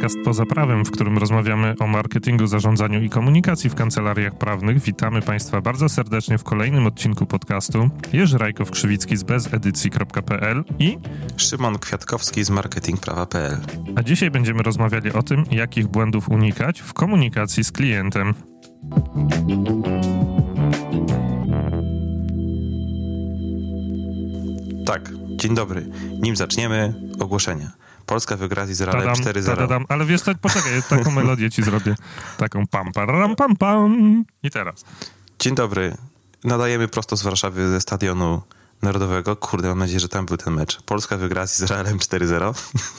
podcast Poza Prawem, w którym rozmawiamy o marketingu, zarządzaniu i komunikacji w kancelariach prawnych. Witamy Państwa bardzo serdecznie w kolejnym odcinku podcastu. Jerzy Rajkow-Krzywicki z bezedycji.pl i Szymon Kwiatkowski z marketingprawa.pl. A dzisiaj będziemy rozmawiali o tym, jakich błędów unikać w komunikacji z klientem. Tak, dzień dobry. Nim zaczniemy, ogłoszenia. Polska wygra z Izraelem 4-0. Ale wiesz co, poczekaj, taką melodię ci zrobię. Taką pam, param, pam, pam. I teraz. Dzień dobry. Nadajemy prosto z Warszawy ze Stadionu Narodowego. Kurde, mam nadzieję, że tam był ten mecz. Polska wygra z Izraelem 4-0.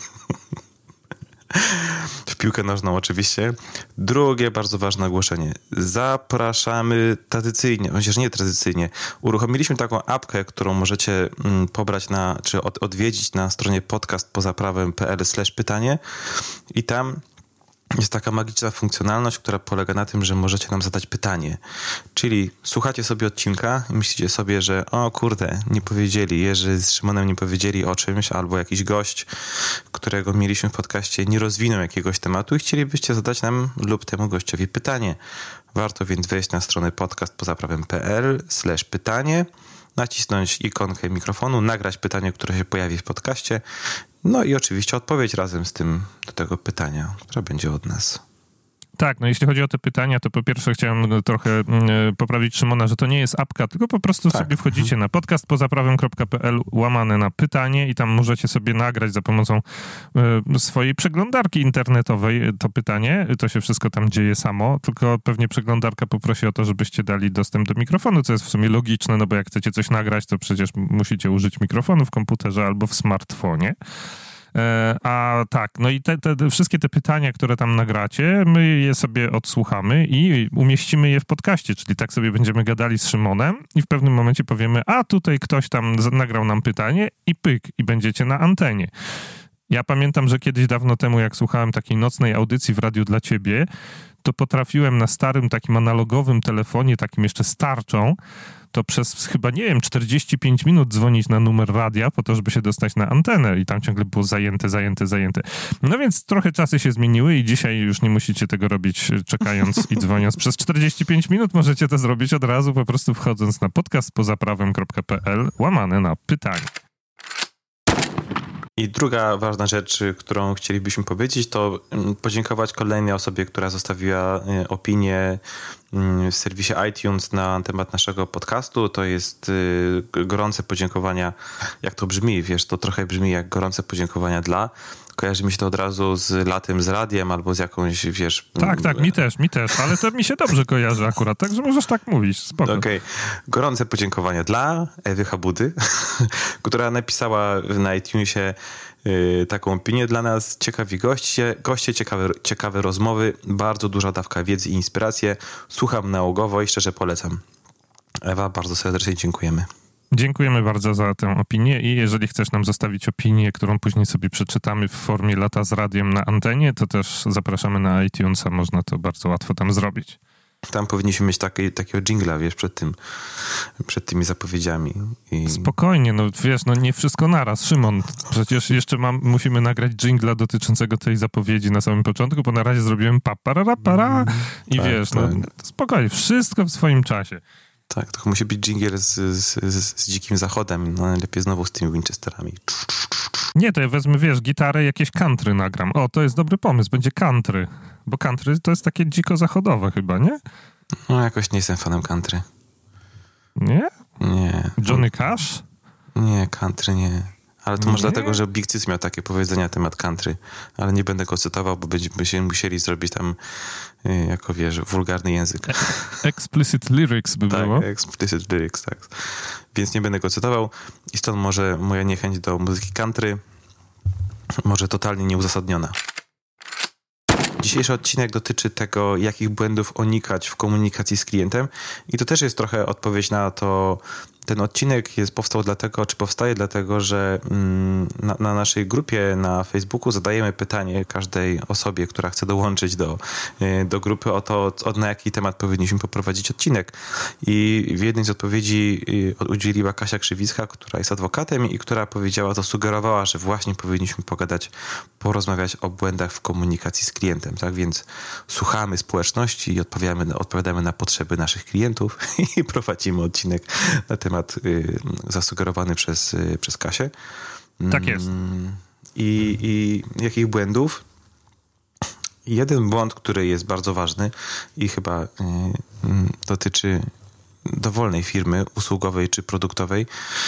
W piłkę nożną oczywiście. Drugie bardzo ważne ogłoszenie. Zapraszamy tradycyjnie, chociaż nie tradycyjnie. Uruchomiliśmy taką apkę, którą możecie pobrać czy odwiedzić na stronie podcastpozaprawem.pl/pytanie i tam jest taka magiczna funkcjonalność, która polega na tym, że możecie nam zadać pytanie. Czyli słuchacie sobie odcinka i myślicie sobie, że o kurde, nie powiedzieli, Jerzy z Szymonem nie powiedzieli o czymś, albo jakiś gość, którego mieliśmy w podcaście, nie rozwinął jakiegoś tematu i chcielibyście zadać nam lub temu gościowi pytanie. Warto więc wejść na stronę podcastpozaprawem.pl/pytanie, nacisnąć ikonkę mikrofonu, nagrać pytanie, które się pojawi w podcaście, no i oczywiście odpowiedź razem z tym do tego pytania, które będzie od nas. Tak, no jeśli chodzi o te pytania, to po pierwsze chciałem trochę poprawić Szymona, że to nie jest apka, tylko po prostu sobie wchodzicie na podcastpozaprawem.pl/pytanie i tam możecie sobie nagrać za pomocą swojej przeglądarki internetowej to pytanie. To się wszystko tam dzieje samo, tylko pewnie przeglądarka poprosi o to, żebyście dali dostęp do mikrofonu, co jest w sumie logiczne, no bo jak chcecie coś nagrać, to przecież musicie użyć mikrofonu w komputerze albo w smartfonie. A tak, no i te wszystkie te pytania, które tam nagracie, my je sobie odsłuchamy i umieścimy je w podcaście, czyli tak sobie będziemy gadali z Szymonem i w pewnym momencie powiemy, a tutaj ktoś tam nagrał nam pytanie i pyk, i będziecie na antenie. Ja pamiętam, że kiedyś dawno temu, jak słuchałem takiej nocnej audycji w Radiu dla Ciebie, to potrafiłem na starym takim analogowym telefonie, takim jeszcze starczą, to przez chyba, nie wiem, 45 minut dzwonić na numer radia po to, żeby się dostać na antenę i tam ciągle było zajęte. No więc trochę czasy się zmieniły i dzisiaj już nie musicie tego robić czekając i dzwoniąc przez 45 minut. Możecie to zrobić od razu po prostu wchodząc na podcastpozaprawem.pl/pytanie. I druga ważna rzecz, którą chcielibyśmy powiedzieć, to podziękować kolejnej osobie, która zostawiła opinię w serwisie iTunes na temat naszego podcastu. To jest gorące podziękowania. Jak to brzmi? Wiesz, to trochę brzmi jak gorące podziękowania dla. Kojarzy mi się to od razu z latem z radiem albo z jakąś, wiesz... Tak, mi też, ale to mi się dobrze kojarzy akurat, także możesz tak mówić, spoko. Okej. Gorące podziękowania dla Ewy Habudy, która napisała na iTunesie taką opinię dla nas. Ciekawi goście, ciekawe rozmowy, bardzo duża dawka wiedzy i inspiracji. Słucham nałogowo i szczerze polecam. Ewa, bardzo serdecznie dziękujemy. Dziękujemy bardzo za tę opinię i jeżeli chcesz nam zostawić opinię, którą później sobie przeczytamy w formie lata z radiem na antenie, to też zapraszamy na iTunesa, można to bardzo łatwo tam zrobić. Tam powinniśmy mieć takiego dżingla, wiesz, przed tymi zapowiedziami. Spokojnie, no wiesz, no nie wszystko naraz. Szymon, przecież jeszcze musimy nagrać dżingla dotyczącego tej zapowiedzi na samym początku, bo na razie zrobiłem pa-para-ra-para i wiesz, tak. No spokojnie, wszystko w swoim czasie. Tak, to musi być dżingiel z Dzikim Zachodem, no najlepiej znowu z tymi Winchesterami. Nie, to ja wezmę, wiesz, gitarę, jakieś country nagram. O, to jest dobry pomysł, będzie country. Bo country to jest takie dziko-zachodowe chyba, nie? No, jakoś nie jestem fanem country. Nie? Nie. Johnny Cash? Nie, country nie. Ale to może dlatego, że Big Cis miał takie powiedzenia na temat country. Ale nie będę go cytował, bo byśmy musieli zrobić tam, jako wiesz, wulgarny język. Explicit lyrics by było. Tak, explicit lyrics, tak. Więc nie będę go cytował. I stąd może moja niechęć do muzyki country może totalnie nieuzasadniona. Dzisiejszy odcinek dotyczy tego, jakich błędów unikać w komunikacji z klientem i to też jest trochę odpowiedź na to, ten odcinek powstaje dlatego, że na naszej grupie na Facebooku zadajemy pytanie każdej osobie, która chce dołączyć do grupy o to, na jaki temat powinniśmy poprowadzić odcinek. I w jednej z odpowiedzi udzieliła Kasia Krzywicka, która jest adwokatem i która sugerowała, że właśnie powinniśmy porozmawiać o błędach w komunikacji z klientem. Tak więc słuchamy społeczności i odpowiadamy na potrzeby naszych klientów i prowadzimy odcinek na temat zasugerowany przez Kasię. Tak jest. I jakich błędów? Jeden błąd, który jest bardzo ważny i chyba dotyczy dowolnej firmy usługowej czy produktowej,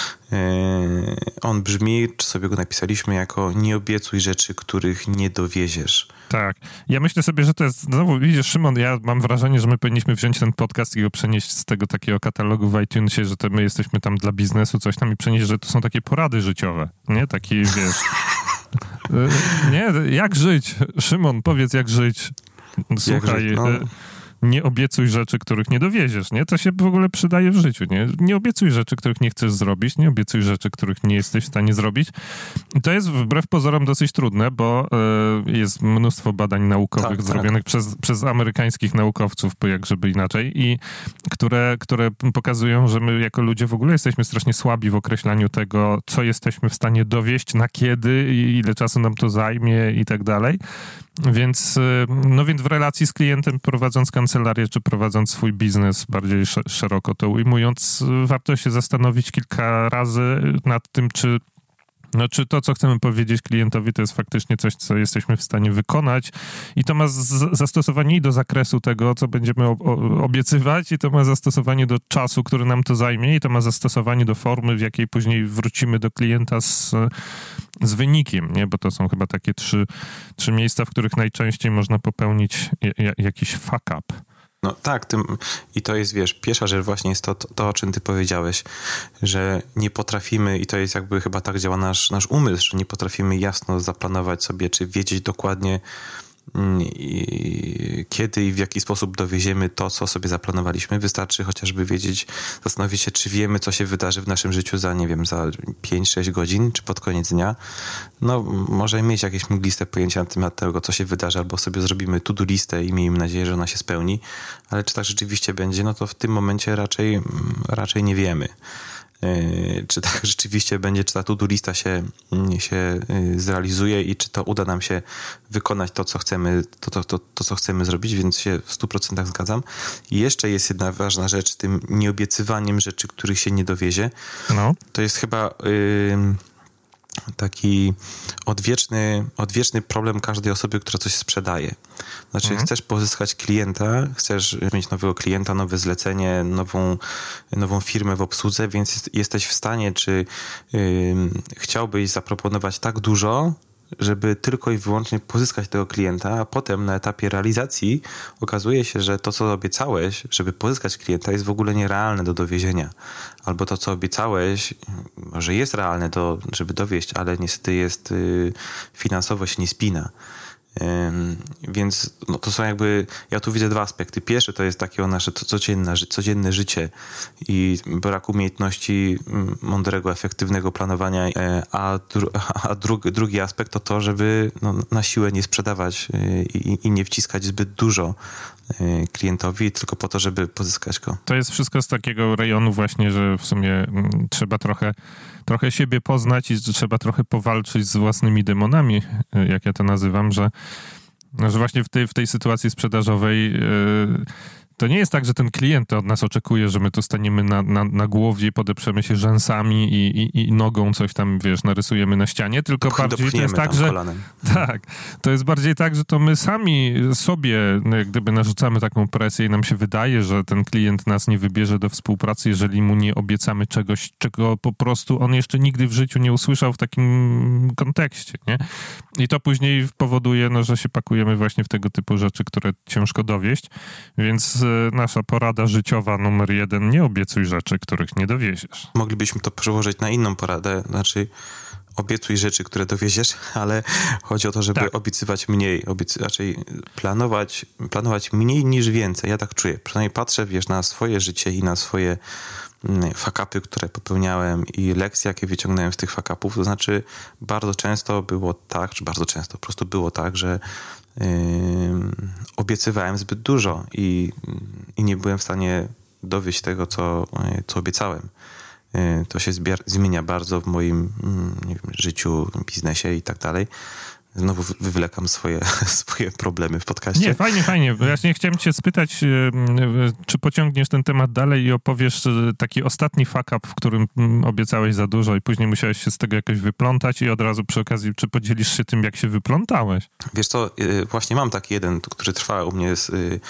on brzmi, czy sobie go napisaliśmy, jako nie obiecuj rzeczy, których nie dowieziesz. Tak. Ja myślę sobie, że to jest... Znowu, widzisz, Szymon, ja mam wrażenie, że my powinniśmy wziąć ten podcast i go przenieść z tego takiego katalogu w iTunesie, że my jesteśmy tam dla biznesu, coś tam, i przenieść, że to są takie porady życiowe. Nie? Taki, wiesz... Nie, jak żyć? Szymon, powiedz, jak żyć. Słuchaj... Nie obiecuj rzeczy, których nie dowieziesz, nie? To się w ogóle przydaje w życiu, nie? Nie obiecuj rzeczy, których nie chcesz zrobić, nie obiecuj rzeczy, których nie jesteś w stanie zrobić. I to jest wbrew pozorom dosyć trudne, bo jest mnóstwo badań naukowych zrobionych przez amerykańskich naukowców, jak żeby inaczej, i które pokazują, że my jako ludzie w ogóle jesteśmy strasznie słabi w określaniu tego, co jesteśmy w stanie dowieść, na kiedy, ile czasu nam to zajmie i tak dalej. Więc w relacji z klientem, prowadząc kancelarię, czy prowadząc swój biznes, bardziej szeroko to ujmując, warto się zastanowić kilka razy nad tym, czy to, co chcemy powiedzieć klientowi, to jest faktycznie coś, co jesteśmy w stanie wykonać, i to ma zastosowanie i do zakresu tego, co będziemy obiecywać, i to ma zastosowanie do czasu, który nam to zajmie, i to ma zastosowanie do formy, w jakiej później wrócimy do klienta z wynikiem, nie? Bo to są chyba takie trzy miejsca, w których najczęściej można popełnić jakiś fuck up. No tak, i to jest, wiesz, pierwsza rzecz właśnie jest to, o czym ty powiedziałeś, że nie potrafimy, i to jest jakby chyba tak działa nasz umysł, że nie potrafimy jasno zaplanować sobie, czy wiedzieć dokładnie, kiedy i w jaki sposób dowieziemy to, co sobie zaplanowaliśmy. Wystarczy chociażby zastanowić się, czy wiemy, co się wydarzy w naszym życiu za 5-6 godzin, czy pod koniec dnia. No, może mieć jakieś mgliste pojęcia na temat tego, co się wydarzy, albo sobie zrobimy to-do listę i miejmy nadzieję, że ona się spełni, ale czy tak rzeczywiście będzie, no to w tym momencie raczej nie wiemy. Czy tak rzeczywiście będzie, czy ta to-do lista się zrealizuje i czy to uda nam się wykonać to, co chcemy, co chcemy zrobić, więc się w 100% zgadzam. I jeszcze jest jedna ważna rzecz, tym nieobiecywaniem rzeczy, których się nie dowiezie. No. To jest chyba taki odwieczny problem każdej osoby, która coś sprzedaje. Znaczy, chcesz pozyskać klienta, chcesz mieć nowego klienta, nowe zlecenie, nową firmę w obsłudze, więc jesteś w stanie, czy chciałbyś zaproponować tak dużo, żeby tylko i wyłącznie pozyskać tego klienta, a potem na etapie realizacji okazuje się, że to, co obiecałeś, żeby pozyskać klienta, jest w ogóle nierealne do dowiezienia. Albo to, co obiecałeś, może jest realne, żeby dowieść, ale niestety finansowo się nie spina. Więc to są ja tu widzę dwa aspekty. Pierwszy to jest takie nasze codzienne życie i brak umiejętności mądrego, efektywnego planowania, a drugi aspekt to, żeby na siłę nie sprzedawać i nie wciskać zbyt dużo klientowi, tylko po to, żeby pozyskać go. To jest wszystko z takiego rejonu właśnie, że w sumie trzeba trochę siebie poznać i trzeba trochę powalczyć z własnymi demonami, jak ja to nazywam, że właśnie w tej sytuacji sprzedażowej to nie jest tak, że ten klient od nas oczekuje, że my tu staniemy na głowie, podeprzemy się rzęsami i nogą coś tam, wiesz, narysujemy na ścianie, tylko bardziej to jest tak, że kolanem. Tak, to jest bardziej tak, że to my sami sobie jak gdyby narzucamy taką presję i nam się wydaje, że ten klient nas nie wybierze do współpracy, jeżeli mu nie obiecamy czegoś, czego po prostu on jeszcze nigdy w życiu nie usłyszał w takim kontekście, nie? I to później powoduje, że się pakujemy właśnie w tego typu rzeczy, które ciężko dowieść, więc nasza porada życiowa numer 1, nie obiecuj rzeczy, których nie dowieziesz. Moglibyśmy to przełożyć na inną poradę, znaczy obiecuj rzeczy, które dowieziesz, ale chodzi o to, żeby obiecywać mniej, raczej planować mniej niż więcej. Ja tak czuję. Przynajmniej patrzę, na swoje życie i na swoje fuck-upy, które popełniałem i lekcje, jakie wyciągnąłem z tych fuck-upów. To znaczy bardzo często było tak, po prostu było tak, że obiecywałem zbyt dużo i nie byłem w stanie dowieść tego, co obiecałem. To się zmienia bardzo w moim życiu, biznesie i tak dalej. Znowu wywlekam swoje problemy w podcaście. Nie, fajnie. Właśnie chciałem cię spytać, czy pociągniesz ten temat dalej i opowiesz taki ostatni fuck up, w którym obiecałeś za dużo i później musiałeś się z tego jakoś wyplątać i od razu przy okazji, czy podzielisz się tym, jak się wyplątałeś? Wiesz co, właśnie mam taki jeden, który trwa u mnie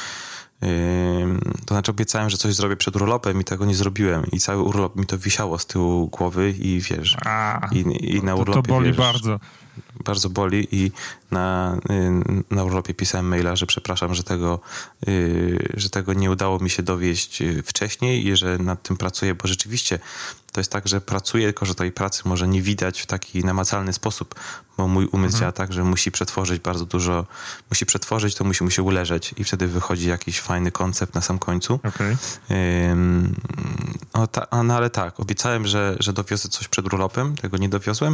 to znaczy obiecałem, że coś zrobię przed urlopem i tego nie zrobiłem i cały urlop mi to wisiało z tyłu głowy i wiesz, i na urlopie... To boli bardzo. Bardzo boli i na urlopie pisałem maila, że przepraszam, że tego nie udało mi się dowieść wcześniej i że nad tym pracuję, bo rzeczywiście to jest tak, że pracuję, tylko że tej pracy może nie widać w taki namacalny sposób, bo mój umysł działa tak, że musi przetworzyć bardzo dużo, to musi mu się uleżeć i wtedy wychodzi jakiś fajny koncept na sam końcu. Okay. No ale tak, obiecałem, że dowiozę coś przed urlopem, tego nie dowiozłem.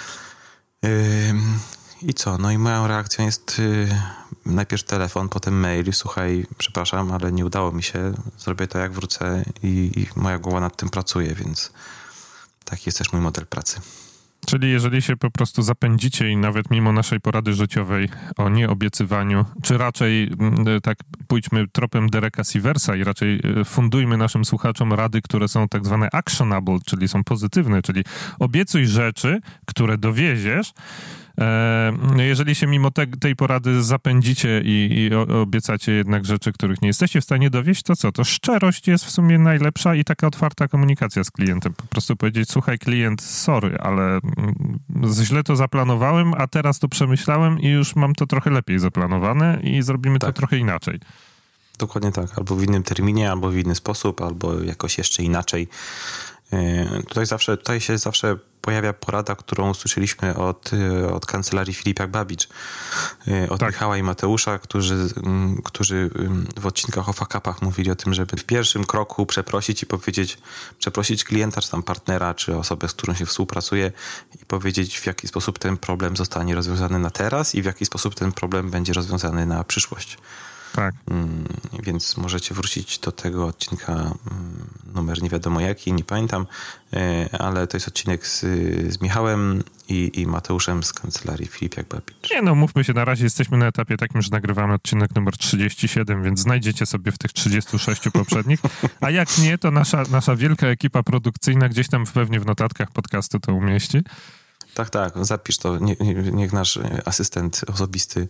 I co? No i moją reakcją jest najpierw telefon, potem mail. Słuchaj, przepraszam, ale nie udało mi się. Zrobię to jak wrócę i moja głowa nad tym pracuje, więc taki jest też mój model pracy. Czyli jeżeli się po prostu zapędzicie i nawet mimo naszej porady życiowej o nieobiecywaniu, czy raczej tak pójdźmy tropem Dereka Sieversa i raczej fundujmy naszym słuchaczom rady, które są tak zwane actionable, czyli są pozytywne, czyli obiecuj rzeczy, które dowieziesz. Jeżeli się mimo tej porady zapędzicie i obiecacie jednak rzeczy, których nie jesteście w stanie dowieść, to co? To szczerość jest w sumie najlepsza i taka otwarta komunikacja z klientem. Po prostu powiedzieć, słuchaj klient, sorry, ale źle to zaplanowałem, a teraz to przemyślałem i już mam to trochę lepiej zaplanowane i zrobimy to trochę inaczej. Dokładnie tak. Albo w innym terminie, albo w inny sposób, albo jakoś jeszcze inaczej. Tutaj się zawsze pojawia porada, którą usłyszeliśmy od kancelarii Filipiak-Babicz, od Michała i Mateusza, którzy w odcinkach o fuck-upach mówili o tym, żeby w pierwszym kroku przeprosić klienta, czy tam partnera, czy osobę, z którą się współpracuje i powiedzieć, w jaki sposób ten problem zostanie rozwiązany na teraz i w jaki sposób ten problem będzie rozwiązany na przyszłość. Tak. Więc możecie wrócić do tego odcinka, numer nie wiadomo jaki, nie pamiętam, ale to jest odcinek z Michałem i Mateuszem z kancelarii Filipiak-Babicz. Nie no, mówmy się, na razie jesteśmy na etapie takim, że nagrywamy odcinek numer 37, więc znajdziecie sobie w tych 36 poprzednich, a jak nie, to nasza wielka ekipa produkcyjna gdzieś tam pewnie w notatkach podcastu to umieści. Tak, zapisz to, niech nasz asystent osobisty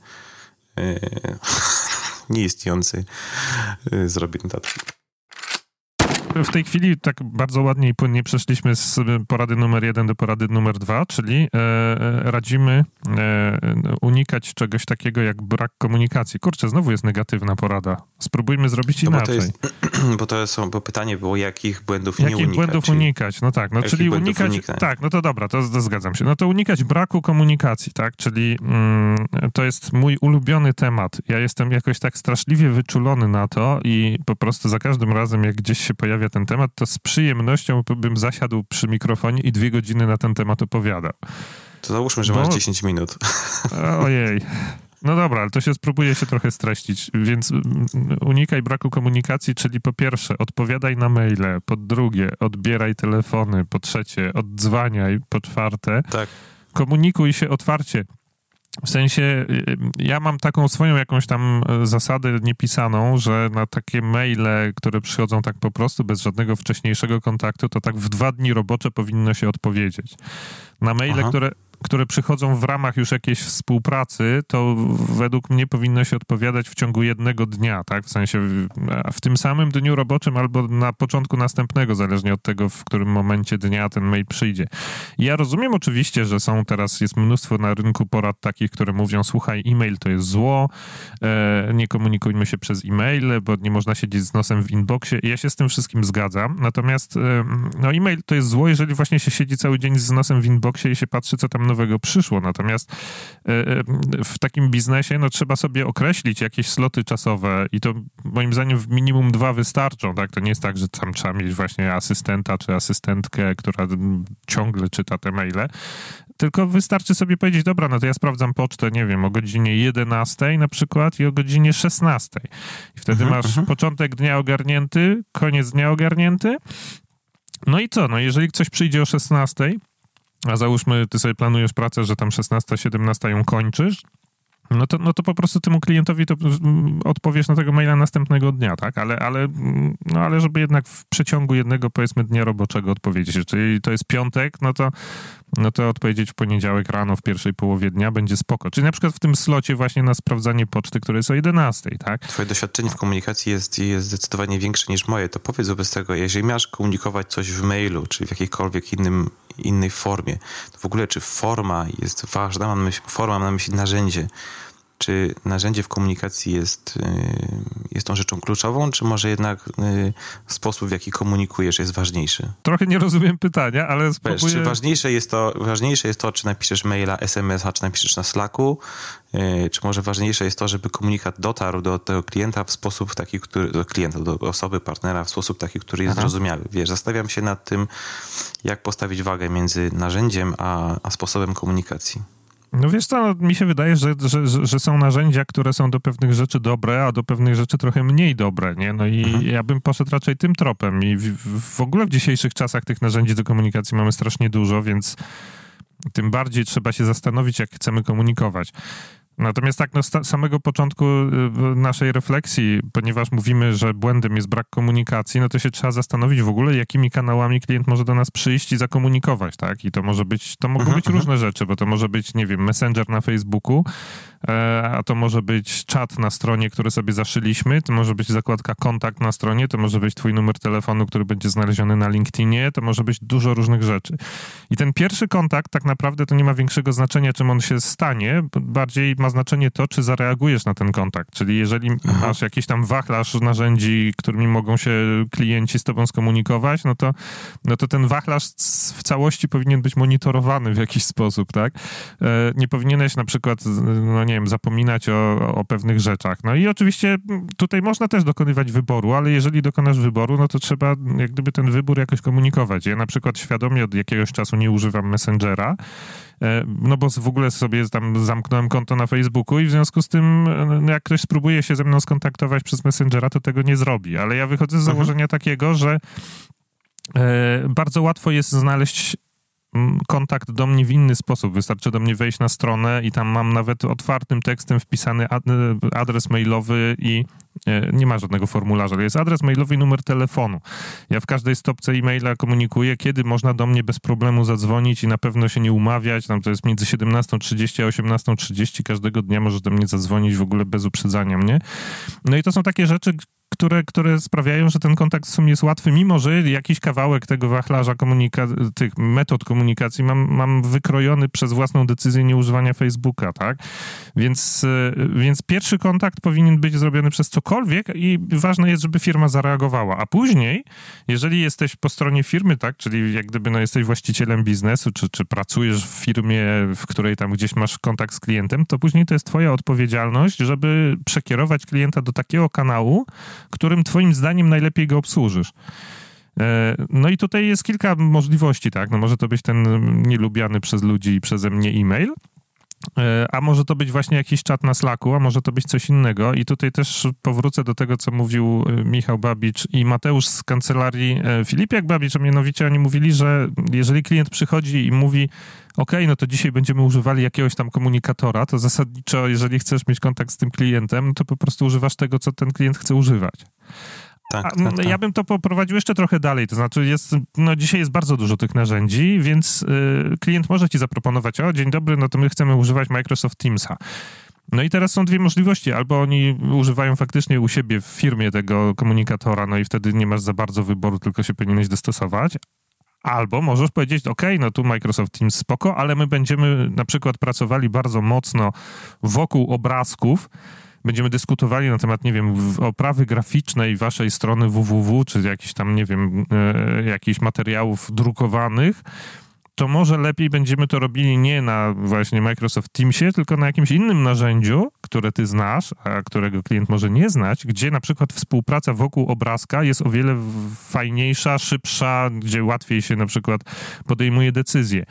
nieistniejący zrobi notatki. W tej chwili tak bardzo ładnie i płynnie przeszliśmy z porady numer 1 do porady numer 2, czyli radzimy unikać czegoś takiego jak brak komunikacji. Kurczę, znowu jest negatywna porada. Spróbujmy zrobić inaczej. Bo pytanie było, jakich błędów unikać. No tak, no czyli unikać. Tak, no to dobra, to zgadzam się. No to unikać braku komunikacji, tak? Czyli to jest mój ulubiony temat. Ja jestem jakoś tak straszliwie wyczulony na to i po prostu za każdym razem, jak gdzieś się pojawia ten temat, to z przyjemnością bym zasiadł przy mikrofonie i 2 godziny na ten temat opowiadał. To załóżmy, że masz 10 minut. Ojej. No dobra, ale to spróbuję się trochę streścić, więc unikaj braku komunikacji, czyli po pierwsze odpowiadaj na maile, po drugie odbieraj telefony, po trzecie oddzwaniaj, po czwarte komunikuj się otwarcie. W sensie, ja mam taką swoją jakąś tam zasadę niepisaną, że na takie maile, które przychodzą tak po prostu, bez żadnego wcześniejszego kontaktu, to tak w 2 dni robocze powinno się odpowiedzieć. Na maile, które które przychodzą w ramach już jakiejś współpracy, to według mnie powinno się odpowiadać w ciągu jednego dnia, tak? W sensie w tym samym dniu roboczym albo na początku następnego, zależnie od tego, w którym momencie dnia ten mail przyjdzie. I ja rozumiem oczywiście, że jest mnóstwo na rynku porad takich, które mówią, słuchaj, e-mail to jest zło, nie komunikujmy się przez e-maile, bo nie można siedzieć z nosem w inboxie. I ja się z tym wszystkim zgadzam. Natomiast e-mail to jest zło, jeżeli właśnie się siedzi cały dzień z nosem w inboxie i się patrzy, co tam nowego przyszło. Natomiast w takim biznesie trzeba sobie określić jakieś sloty czasowe i to moim zdaniem w minimum 2 wystarczą, tak? To nie jest tak, że tam trzeba mieć właśnie asystenta czy asystentkę, która ciągle czyta te maile, tylko wystarczy sobie powiedzieć, dobra, no to ja sprawdzam pocztę, nie wiem, o godzinie 11 na przykład i o godzinie 16. I wtedy masz początek dnia ogarnięty, koniec dnia ogarnięty. No i co? No jeżeli ktoś przyjdzie o 16, a załóżmy, ty sobie planujesz pracę, że tam 16, 17 ją kończysz, no to po prostu temu klientowi to odpowiesz na tego maila następnego dnia, tak? Ale żeby jednak w przeciągu jednego, powiedzmy, dnia roboczego odpowiedzieć. Czyli to jest piątek, no to odpowiedzieć w poniedziałek rano, w pierwszej połowie dnia będzie spoko. Czyli na przykład w tym slocie właśnie na sprawdzanie poczty, które jest o 11, tak? Twoje doświadczenie w komunikacji jest zdecydowanie większe niż moje. To powiedz wobec tego, jeżeli masz komunikować coś w mailu, czy w jakiejkolwiek innej formie, to w ogóle czy forma jest ważna? Forma, mam na myśli narzędzie. Czy narzędzie w komunikacji jest tą rzeczą kluczową, czy może jednak sposób, w jaki komunikujesz, jest ważniejszy? Trochę nie rozumiem pytania, ale spróbuję... Wiesz, czy ważniejsze jest to, czy napiszesz maila, SMS-a, czy napiszesz na Slacku, czy może ważniejsze jest to, żeby komunikat dotarł do tego klienta w sposób taki, do osoby, partnera w sposób taki, który jest zrozumiały. Wiesz, zastanawiam się nad tym, jak postawić wagę między narzędziem a sposobem komunikacji. No wiesz co, mi się wydaje, że są narzędzia, które są do pewnych rzeczy dobre, a do pewnych rzeczy trochę mniej dobre, nie? No i ja bym poszedł raczej tym tropem i w ogóle w dzisiejszych czasach tych narzędzi do komunikacji mamy strasznie dużo, więc tym bardziej trzeba się zastanowić, jak chcemy komunikować. Natomiast tak, z samego początku naszej refleksji, ponieważ mówimy, że błędem jest brak komunikacji, no to się trzeba zastanowić w ogóle, jakimi kanałami klient może do nas przyjść i zakomunikować, tak? I to mogą być różne rzeczy, bo to może być, nie wiem, Messenger na Facebooku, a to może być czat na stronie, który sobie zaszyliśmy, to może być zakładka kontakt na stronie, to może być twój numer telefonu, który będzie znaleziony na LinkedInie, to może być dużo różnych rzeczy. I ten pierwszy kontakt tak naprawdę to nie ma większego znaczenia, czym on się stanie, bardziej ma znaczenie to, czy zareagujesz na ten kontakt. Czyli jeżeli masz jakiś tam wachlarz narzędzi, którymi mogą się klienci z tobą skomunikować, no to ten wachlarz w całości powinien być monitorowany w jakiś sposób, tak? Nie powinieneś na przykład, no nie wiem, zapominać o pewnych rzeczach. No i oczywiście tutaj można też dokonywać wyboru, ale jeżeli dokonasz wyboru, no to trzeba jak gdyby ten wybór jakoś komunikować. Ja na przykład świadomie od jakiegoś czasu nie używam Messengera, no bo w ogóle sobie tam zamknąłem konto na Facebooku i w związku z tym, jak ktoś spróbuje się ze mną skontaktować przez Messengera, to tego nie zrobi. Ale ja wychodzę z założenia takiego, że bardzo łatwo jest znaleźć kontakt do mnie w inny sposób. Wystarczy do mnie wejść na stronę i tam mam nawet otwartym tekstem wpisany adres mailowy i nie ma żadnego formularza, ale jest adres mailowy i numer telefonu. Ja w każdej stopce e-maila komunikuję, kiedy można do mnie bez problemu zadzwonić i na pewno się nie umawiać. Tam to jest między 17:30 a 18:30. Każdego dnia możesz do mnie zadzwonić w ogóle bez uprzedzania mnie. No i to są takie rzeczy, które sprawiają, że ten kontakt w sumie jest łatwy, mimo że jakiś kawałek tego wachlarza tych metod komunikacji mam wykrojony przez własną decyzję nieużywania Facebooka, tak? Więc pierwszy kontakt powinien być zrobiony przez cokolwiek i ważne jest, żeby firma zareagowała. A później, jeżeli jesteś po stronie firmy, tak, czyli jak gdyby jesteś właścicielem biznesu, czy pracujesz w firmie, w której tam gdzieś masz kontakt z klientem, to później to jest twoja odpowiedzialność, żeby przekierować klienta do takiego kanału, którym twoim zdaniem najlepiej go obsłużysz. No i tutaj jest kilka możliwości, tak? No może to być ten nielubiany przez ludzi i przeze mnie e-mail, a może to być właśnie jakiś czat na Slacku, a może to być coś innego. I tutaj też powrócę do tego, co mówił Michał Babicz i Mateusz z kancelarii Filipiak Babicz, a mianowicie oni mówili, że jeżeli klient przychodzi i mówi no to dzisiaj będziemy używali jakiegoś tam komunikatora, to zasadniczo, jeżeli chcesz mieć kontakt z tym klientem, to po prostu używasz tego, co ten klient chce używać. Tak. Ja bym to poprowadził jeszcze trochę dalej, to znaczy dzisiaj jest bardzo dużo tych narzędzi, więc klient może ci zaproponować, dzień dobry, no to my chcemy używać Microsoft Teamsa. No i teraz są dwie możliwości. Albo oni używają faktycznie u siebie w firmie tego komunikatora, no i wtedy nie masz za bardzo wyboru, tylko się powinieneś dostosować. Albo możesz powiedzieć, no tu Microsoft Teams spoko, ale my będziemy na przykład pracowali bardzo mocno wokół obrazków, będziemy dyskutowali na temat, nie wiem, oprawy graficznej waszej strony www, czy jakichś tam, nie wiem, jakichś materiałów drukowanych, to może lepiej będziemy to robili nie na właśnie Microsoft Teamsie, tylko na jakimś innym narzędziu, które ty znasz, a którego klient może nie znać, gdzie na przykład współpraca wokół obrazka jest o wiele fajniejsza, szybsza, gdzie łatwiej się na przykład podejmuje decyzje.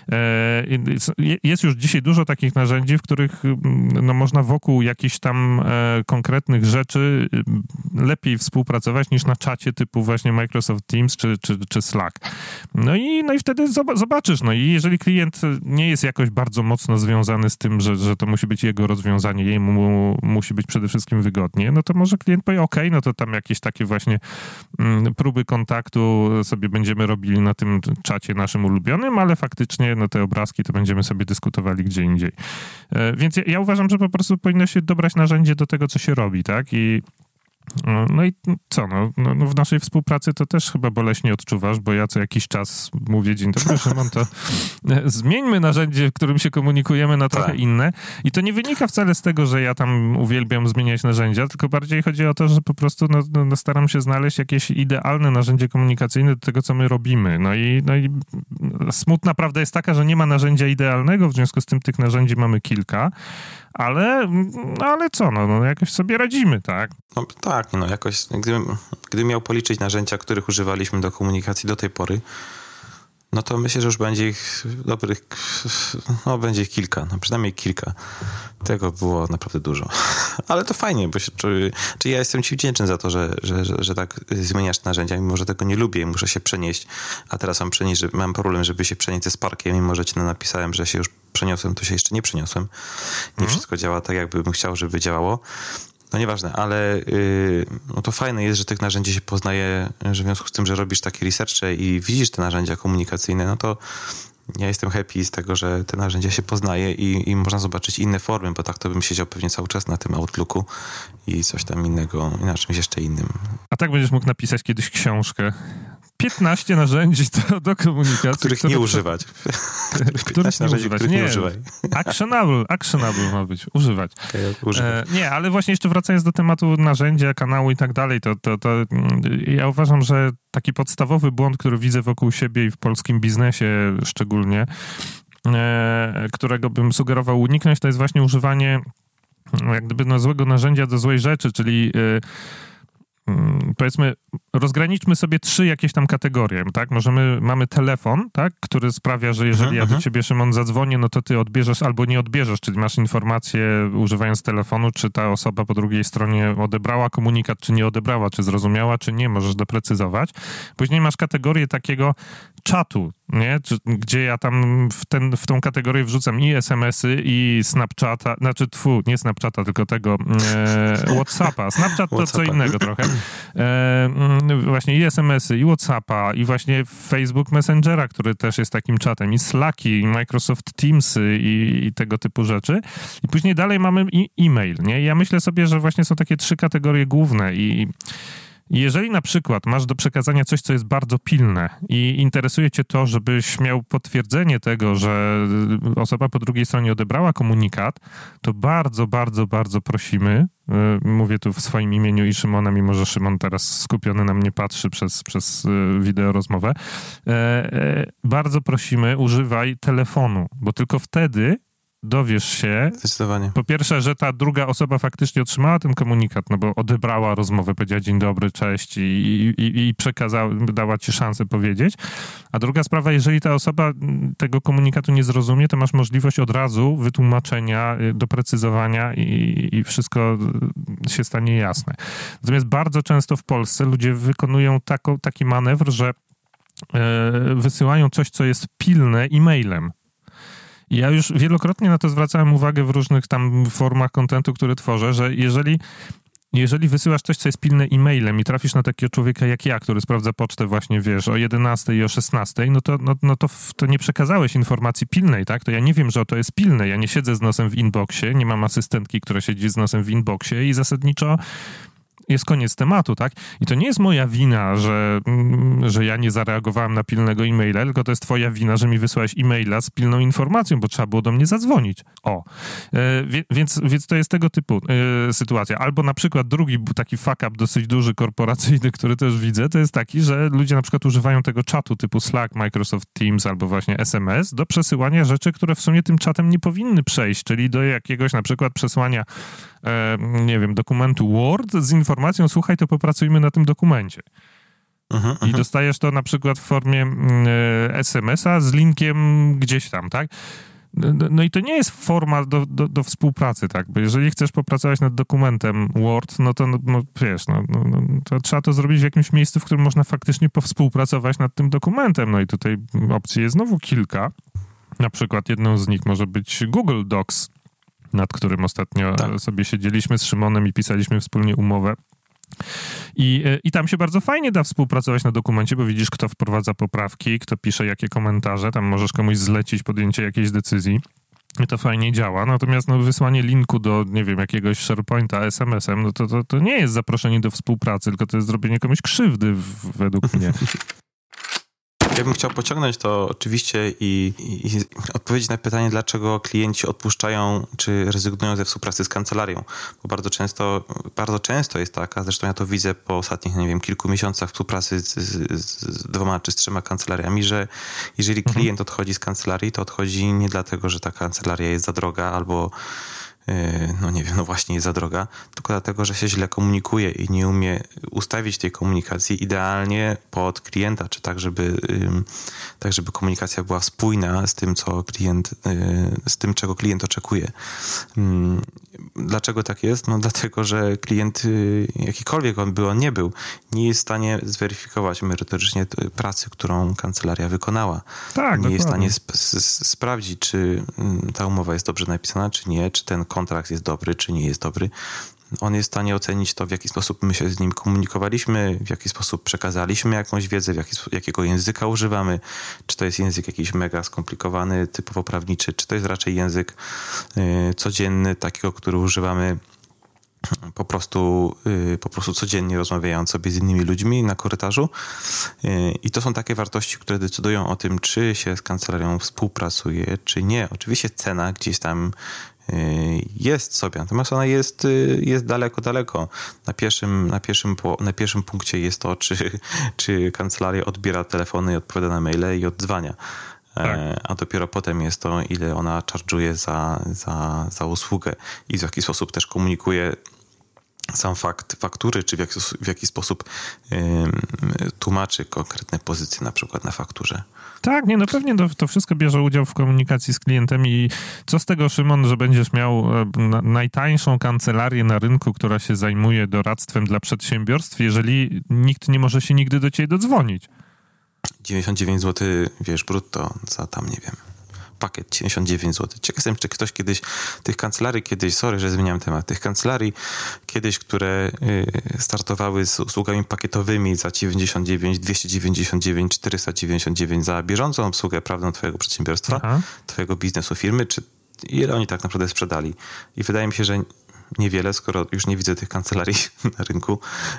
Jest już dzisiaj dużo takich narzędzi, w których można wokół jakichś tam konkretnych rzeczy lepiej współpracować niż na czacie typu właśnie Microsoft Teams czy Slack. No i wtedy zobaczysz, i jeżeli klient nie jest jakoś bardzo mocno związany z tym, że to musi być jego rozwiązanie, jemu musi być przede wszystkim wygodnie, no to może klient powie, no to tam jakieś takie właśnie próby kontaktu sobie będziemy robili na tym czacie naszym ulubionym, ale faktycznie te obrazki to będziemy sobie dyskutowali gdzie indziej. Więc ja uważam, że po prostu powinno się dobrać narzędzie do tego, co się robi, tak? No i co, w naszej współpracy to też chyba boleśnie odczuwasz, bo ja co jakiś czas mówię, dzień dobry, Szymon, to zmieńmy narzędzie, w którym się komunikujemy na trochę inne. I to nie wynika wcale z tego, że ja tam uwielbiam zmieniać narzędzia, tylko bardziej chodzi o to, że po prostu staram się znaleźć jakieś idealne narzędzie komunikacyjne do tego, co my robimy. No i smutna prawda jest taka, że nie ma narzędzia idealnego, w związku z tym tych narzędzi mamy kilka, ale co, jakoś sobie radzimy, tak? No tak, jakoś, gdybym miał policzyć narzędzia, których używaliśmy do komunikacji do tej pory, no to myślę, że już będzie ich będzie ich kilka, przynajmniej kilka. Tego było naprawdę dużo. Ale to fajnie, bo ja jestem ci wdzięczny za to, że tak zmieniasz narzędzia, mimo że tego nie lubię i muszę się przenieść, a teraz mam problem, żeby się przenieść ze Sparkiem, mimo że ci napisałem, że się już przeniosłem, to się jeszcze nie przeniosłem. Nie wszystko działa tak, jakbym chciał, żeby działało. No nieważne, ale to fajne jest, że tych narzędzi się poznaje, że w związku z tym, że robisz takie researche i widzisz te narzędzia komunikacyjne, no to ja jestem happy z tego, że te narzędzia się poznaje i można zobaczyć inne formy, bo tak to bym siedział pewnie cały czas na tym Outlooku i coś tam innego, i na czymś jeszcze innym. A tak będziesz mógł napisać kiedyś książkę. 15 narzędzi do komunikacji. Których nie używać. 15 narzędzi, których nie używaj. Actionable ma być. Używać. Używać. Nie, ale właśnie jeszcze wracając do tematu narzędzia, kanału i tak dalej, to ja uważam, że taki podstawowy błąd, który widzę wokół siebie i w polskim biznesie szczególnie, którego bym sugerował uniknąć, to jest właśnie używanie jak gdyby złego narzędzia do złej rzeczy, czyli powiedzmy, rozgraniczmy sobie 3 jakieś tam kategorie, tak? Mamy telefon, tak? Który sprawia, że jeżeli ja do ciebie, Szymon, zadzwonię, no to ty odbierzesz albo nie odbierzesz, czyli masz informację używając telefonu, czy ta osoba po drugiej stronie odebrała komunikat, czy nie odebrała, czy zrozumiała, czy nie, możesz doprecyzować. Później masz kategorię takiego czatu, nie? Gdzie ja tam w tą kategorię wrzucam i SMS-y, i Snapchata, nie Snapchata, tylko tego WhatsAppa. Snapchat to co innego trochę. Właśnie i SMS-y, i WhatsAppa, i właśnie Facebook Messengera, który też jest takim czatem, i Slacki, i Microsoft Teamsy, i tego typu rzeczy. I później dalej mamy e-mail, nie? I ja myślę sobie, że właśnie są takie 3 kategorie główne i jeżeli na przykład masz do przekazania coś, co jest bardzo pilne i interesuje cię to, żebyś miał potwierdzenie tego, że osoba po drugiej stronie odebrała komunikat, to bardzo, bardzo, bardzo prosimy, mówię tu w swoim imieniu i Szymona, mimo że Szymon teraz skupiony na mnie patrzy przez wideo rozmowę, bardzo prosimy, używaj telefonu, bo tylko wtedy dowiesz się, po pierwsze, że ta druga osoba faktycznie otrzymała ten komunikat, no bo odebrała rozmowę, powiedziała dzień dobry, cześć i przekazała, dała ci szansę powiedzieć. A druga sprawa, jeżeli ta osoba tego komunikatu nie zrozumie, to masz możliwość od razu wytłumaczenia, doprecyzowania i wszystko się stanie jasne. Natomiast bardzo często w Polsce ludzie wykonują taki manewr, że wysyłają coś, co jest pilne e-mailem. Ja już wielokrotnie na to zwracałem uwagę w różnych tam formach kontentu, które tworzę, że jeżeli jeżeli wysyłasz coś, co jest pilne e-mailem i trafisz na takiego człowieka jak ja, który sprawdza pocztę właśnie, wiesz, o 11 i o 16, to nie przekazałeś informacji pilnej, tak? To ja nie wiem, że to jest pilne. Ja nie siedzę z nosem w inboxie, nie mam asystentki, która siedzi z nosem w inboxie i zasadniczo jest koniec tematu, tak? I to nie jest moja wina, że ja nie zareagowałem na pilnego e-maila, tylko to jest twoja wina, że mi wysłałeś e-maila z pilną informacją, bo trzeba było do mnie zadzwonić. Więc to jest tego typu sytuacja. Albo na przykład drugi taki fuck up dosyć duży, korporacyjny, który też widzę, to jest taki, że ludzie na przykład używają tego czatu typu Slack, Microsoft Teams albo właśnie SMS do przesyłania rzeczy, które w sumie tym czatem nie powinny przejść, czyli do jakiegoś na przykład przesłania nie wiem, dokumentu Word z informacją, słuchaj, to popracujmy na tym dokumencie. I dostajesz to na przykład w formie SMS-a z linkiem gdzieś tam, tak? No i to nie jest forma do współpracy, tak? Bo jeżeli chcesz popracować nad dokumentem Word, wiesz, to trzeba to zrobić w jakimś miejscu, w którym można faktycznie powspółpracować nad tym dokumentem. No i tutaj opcji jest znowu kilka. Na przykład jedną z nich może być Google Docs, nad którym ostatnio sobie siedzieliśmy z Szymonem i pisaliśmy wspólnie umowę. I tam się bardzo fajnie da współpracować na dokumencie, bo widzisz, kto wprowadza poprawki, kto pisze jakie komentarze, tam możesz komuś zlecić podjęcie jakiejś decyzji. I to fajnie działa. Natomiast wysłanie linku do, nie wiem, jakiegoś SharePointa SMS-em, to nie jest zaproszenie do współpracy, tylko to jest zrobienie komuś krzywdy według mnie. Ja bym chciał pociągnąć to oczywiście i odpowiedzieć na pytanie, dlaczego klienci odpuszczają czy rezygnują ze współpracy z kancelarią. Bo bardzo często jest taka, zresztą ja to widzę po ostatnich, nie wiem, kilku miesiącach współpracy z 2 czy z 3 kancelariami, że jeżeli klient odchodzi z kancelarii, to odchodzi nie dlatego, że ta kancelaria jest za droga albo właśnie jest za droga, tylko dlatego, że się źle komunikuje i nie umie ustawić tej komunikacji idealnie pod klienta, czy tak, żeby komunikacja była spójna z tym, z tym, czego klient oczekuje. Dlaczego tak jest? Dlatego, że klient, jakikolwiek on nie był, nie jest w stanie zweryfikować merytorycznie pracy, którą kancelaria wykonała. Tak, nie jest w dokładnie. stanie sprawdzić, czy ta umowa jest dobrze napisana, czy nie, czy ten kontrakt jest dobry, czy nie jest dobry. On jest w stanie ocenić to, w jaki sposób my się z nim komunikowaliśmy, w jaki sposób przekazaliśmy jakąś wiedzę, jakiego języka używamy, czy to jest język jakiś mega skomplikowany, typowo prawniczy, czy to jest raczej język codzienny, takiego, który używamy po prostu codziennie, rozmawiając sobie z innymi ludźmi na korytarzu. I to są takie wartości, które decydują o tym, czy się z kancelarią współpracuje, czy nie. Oczywiście cena gdzieś tam jest sobie, natomiast ona jest daleko. Na pierwszym punkcie jest to, czy kancelaria odbiera telefony, odpowiada na maile i oddzwania. Tak. A dopiero potem jest to, ile ona charge'uje za usługę i w jaki sposób też komunikuje sam fakt faktury, czy w jaki sposób tłumaczy konkretne pozycje na przykład na fakturze. Tak, pewnie to wszystko bierze udział w komunikacji z klientem i co z tego, Szymon, że będziesz miał najtańszą kancelarię na rynku, która się zajmuje doradztwem dla przedsiębiorstw, jeżeli nikt nie może się nigdy do ciebie dodzwonić. 99 zł, wiesz, brutto za tam, nie wiem, pakiet 99 zł. Ciekaw jestem, czy ktoś kiedyś, tych kancelarii kiedyś, sorry, że zmieniam temat, tych kancelarii kiedyś, które startowały z usługami pakietowymi za 99, 299, 499 za bieżącą obsługę prawną twojego przedsiębiorstwa, twojego biznesu, firmy, czy ile oni tak naprawdę sprzedali. I wydaje mi się, że niewiele, skoro już nie widzę tych kancelarii na rynku.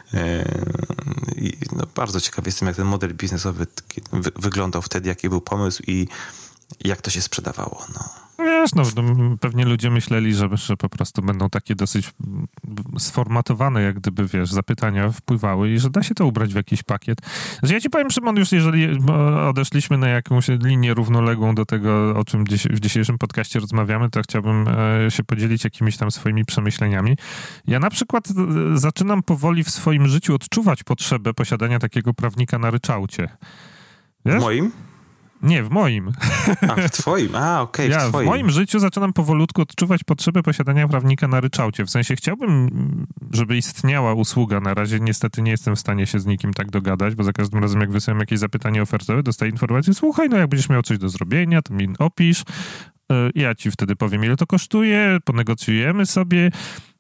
Bardzo ciekaw jestem, jak ten model biznesowy wyglądał wtedy, jaki był pomysł i jak to się sprzedawało. Wiesz, pewnie ludzie myśleli, że po prostu będą takie dosyć sformatowane, jak gdyby, wiesz, zapytania wpływały i że da się to ubrać w jakiś pakiet. Że ja ci powiem, Szymon, już jeżeli odeszliśmy na jakąś linię równoległą do tego, o czym w dzisiejszym podcaście rozmawiamy, to chciałbym się podzielić jakimiś tam swoimi przemyśleniami. Ja na przykład zaczynam powoli w swoim życiu odczuwać potrzebę posiadania takiego prawnika na ryczałcie. Wiesz? W moim? Nie, w moim. A, w twoim? A, okej, w twoim. W moim życiu zaczynam powolutku odczuwać potrzebę posiadania prawnika na ryczałcie. W sensie chciałbym, żeby istniała usługa. Na razie niestety nie jestem w stanie się z nikim tak dogadać, bo za każdym razem, jak wysyłam jakieś zapytanie ofertowe, dostaję informację, słuchaj, jak będziesz miał coś do zrobienia, to mi opisz. Ja ci wtedy powiem, ile to kosztuje, ponegocjujemy sobie.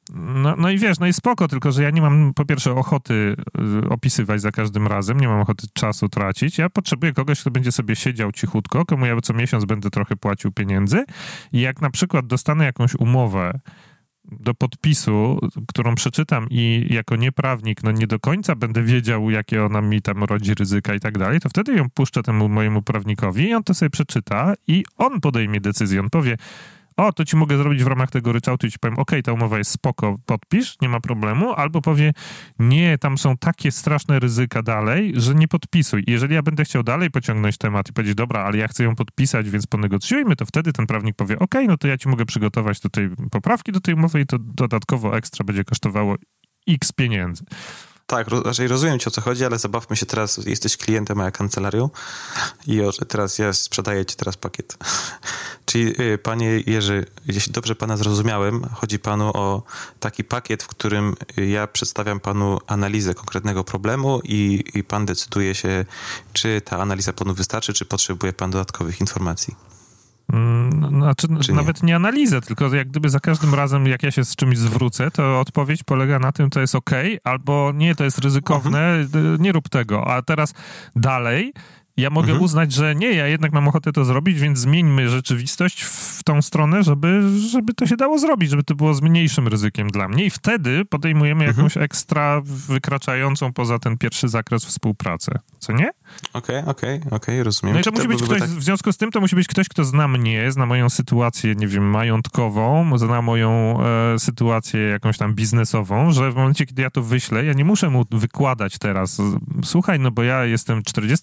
No i wiesz, no i spoko, tylko że ja nie mam po pierwsze ochoty opisywać za każdym razem, nie mam ochoty czasu tracić. Ja potrzebuję kogoś, kto będzie sobie siedział cichutko, komu ja co miesiąc będę trochę płacił pieniędzy i jak na przykład dostanę jakąś umowę do podpisu, którą przeczytam i jako nieprawnik, no nie do końca będę wiedział, jakie ona mi tam rodzi ryzyka i tak dalej, to wtedy ją puszczę temu mojemu prawnikowi i on to sobie przeczyta i on podejmie decyzję. On powie, to ci mogę zrobić w ramach tego ryczałtu i ci powiem, ta umowa jest spoko, podpisz, nie ma problemu, albo powie, nie, tam są takie straszne ryzyka dalej, że nie podpisuj. I jeżeli ja będę chciał dalej pociągnąć temat i powiedzieć, dobra, ale ja chcę ją podpisać, więc ponegocjujmy, to wtedy ten prawnik powie, no to ja ci mogę przygotować do tej poprawki do tej umowy i to dodatkowo ekstra będzie kosztowało x pieniędzy. Tak, raczej rozumiem ci, o co chodzi, ale zabawmy się teraz, jesteś klientem, a ja kancelarią i teraz ja sprzedaję ci teraz pakiet. Czyli panie Jerzy, jeśli dobrze pana zrozumiałem, chodzi panu o taki pakiet, w którym ja przedstawiam panu analizę konkretnego problemu i pan decyduje się, czy ta analiza panu wystarczy, czy potrzebuje pan dodatkowych informacji. Znaczy, nawet nie analizę, tylko jak gdyby za każdym razem, jak ja się z czymś zwrócę, to odpowiedź polega na tym, to jest okej, albo nie, to jest ryzykowne, nie rób tego. A teraz dalej ja mogę uznać, że nie, ja jednak mam ochotę to zrobić, więc zmieńmy rzeczywistość w tą stronę, żeby to się dało zrobić, żeby to było z mniejszym ryzykiem dla mnie i wtedy podejmujemy jakąś ekstra wykraczającą poza ten pierwszy zakres współpracę. Co nie? Okej, rozumiem. No i to musi być ktoś, w związku z tym to musi być ktoś, kto zna mnie, zna moją sytuację, nie wiem, majątkową, zna moją sytuację jakąś tam biznesową, że w momencie, kiedy ja to wyślę, ja nie muszę mu wykładać teraz, słuchaj, no bo ja jestem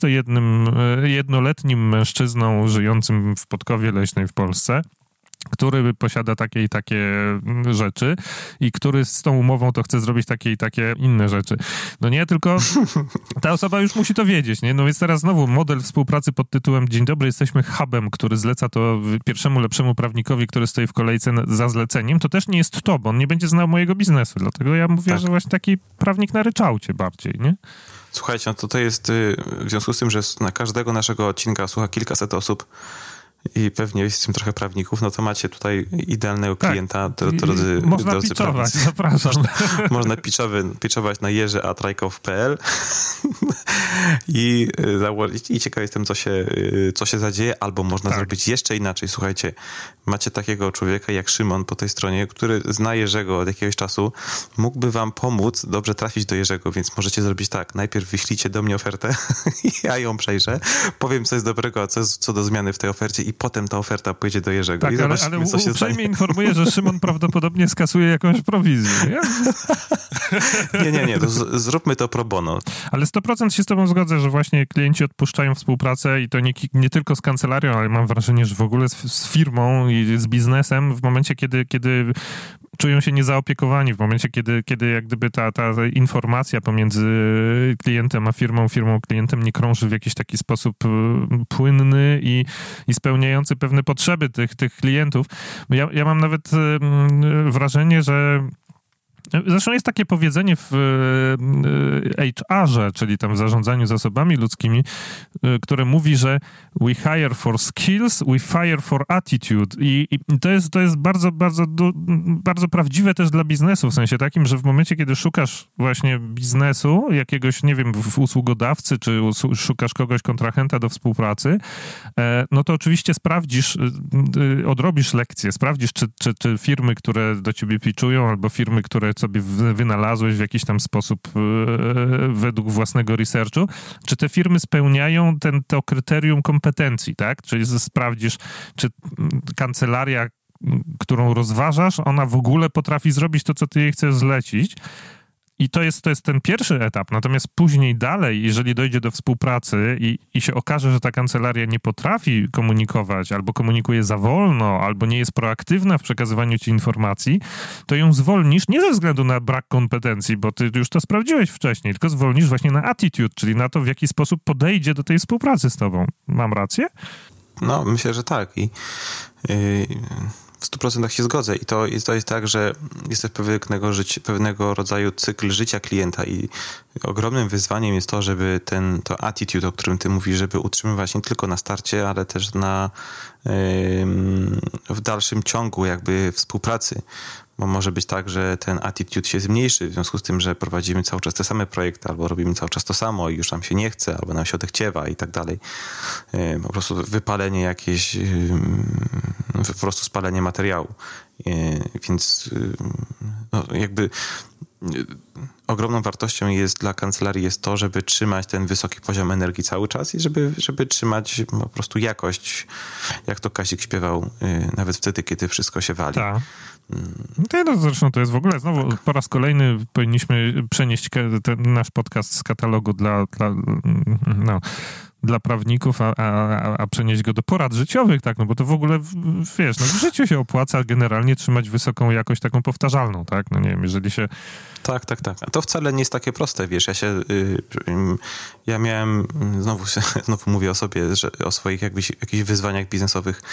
41-letnim mężczyzną żyjącym w Podkowie Leśnej w Polsce, który posiada takie i takie rzeczy i który z tą umową to chce zrobić takie i takie inne rzeczy. No nie, tylko ta osoba już musi to wiedzieć, nie? No więc teraz znowu model współpracy pod tytułem dzień dobry, jesteśmy hubem, który zleca to pierwszemu lepszemu prawnikowi, który stoi w kolejce za zleceniem, to też nie jest to, bo on nie będzie znał mojego biznesu. Dlatego ja mówię, że właśnie taki prawnik na ryczałcie bardziej, nie? Słuchajcie, no to jest w związku z tym, że na każdego naszego odcinka słucha kilkaset osób i pewnie jest w tym trochę prawników, no to macie tutaj idealnego klienta, drodzy pitchować, zapraszam. Można pitchować na jerzy@rajkow.pl i ciekaw jestem, co się zadzieje, albo można zrobić jeszcze inaczej. Słuchajcie, macie takiego człowieka jak Szymon po tej stronie, który zna Jerzego od jakiegoś czasu, mógłby wam pomóc dobrze trafić do Jerzego, więc możecie zrobić tak, najpierw wyślijcie do mnie ofertę, ja ją przejrzę, powiem co jest dobrego, a co do zmiany w tej ofercie i potem ta oferta pójdzie do Jerzego. Tak, i ale co się uprzejmie informuję, że Szymon prawdopodobnie skasuje jakąś prowizję. Nie, to zróbmy to pro bono. Ale 100% się z tobą zgodzę, że właśnie klienci odpuszczają współpracę i to nie tylko z kancelarią, ale mam wrażenie, że w ogóle z firmą i z biznesem w momencie, kiedy czują się niezaopiekowani, w momencie, kiedy jak gdyby ta informacja pomiędzy klientem a firmą klientem nie krąży w jakiś taki sposób płynny i spełniający pewne potrzeby tych klientów. Ja mam nawet wrażenie, że zresztą jest takie powiedzenie w HR-ze, czyli tam w zarządzaniu zasobami ludzkimi, które mówi, że we hire for skills, we fire for attitude. I to jest bardzo, bardzo, bardzo prawdziwe też dla biznesu, w sensie takim, że w momencie, kiedy szukasz właśnie biznesu, jakiegoś, nie wiem, usługodawcy, czy szukasz kogoś, kontrahenta do współpracy, no to oczywiście sprawdzisz, odrobisz lekcje, sprawdzisz, czy firmy, które do ciebie pitchują, albo firmy, które sobie wynalazłeś w jakiś tam sposób według własnego researchu, czy te firmy spełniają to kryterium kompetencji, tak? Czyli sprawdzisz, czy kancelaria, którą rozważasz, ona w ogóle potrafi zrobić to, co ty jej chcesz zlecić. I to jest ten pierwszy etap. Natomiast później dalej, jeżeli dojdzie do współpracy i się okaże, że ta kancelaria nie potrafi komunikować, albo komunikuje za wolno, albo nie jest proaktywna w przekazywaniu ci informacji, to ją zwolnisz nie ze względu na brak kompetencji, bo ty już to sprawdziłeś wcześniej, tylko zwolnisz właśnie na attitude, czyli na to, w jaki sposób podejdzie do tej współpracy z tobą. Mam rację? No, myślę, że tak. I w 100% się zgodzę. I to jest tak, że jest to pewnego rodzaju cykl życia klienta i ogromnym wyzwaniem jest to, żeby to attitude, o którym ty mówisz, żeby utrzymywać nie tylko na starcie, ale też w dalszym ciągu jakby współpracy. Bo może być tak, że ten attitude się zmniejszy w związku z tym, że prowadzimy cały czas te same projekty, albo robimy cały czas to samo i już nam się nie chce, albo nam się odechciewa i tak dalej. Po prostu wypalenie jakieś, po prostu spalenie materiału. Więc no, jakby ogromną wartością jest dla kancelarii jest to, żeby trzymać ten wysoki poziom energii cały czas i żeby trzymać po prostu jakość, jak to Kasik śpiewał, nawet wtedy, kiedy wszystko się wali. Tak. No, zresztą to jest w ogóle znowu po raz kolejny powinniśmy przenieść ten nasz podcast z katalogu dla prawników, a przenieść go do porad życiowych, tak, no bo to w ogóle, wiesz, no w życiu się opłaca generalnie trzymać wysoką jakość taką powtarzalną, tak, no nie wiem, jeżeli się... Tak. A to wcale nie jest takie proste, wiesz, ja miałem, znowu mówię o sobie, że o swoich jakichś wyzwaniach biznesowych.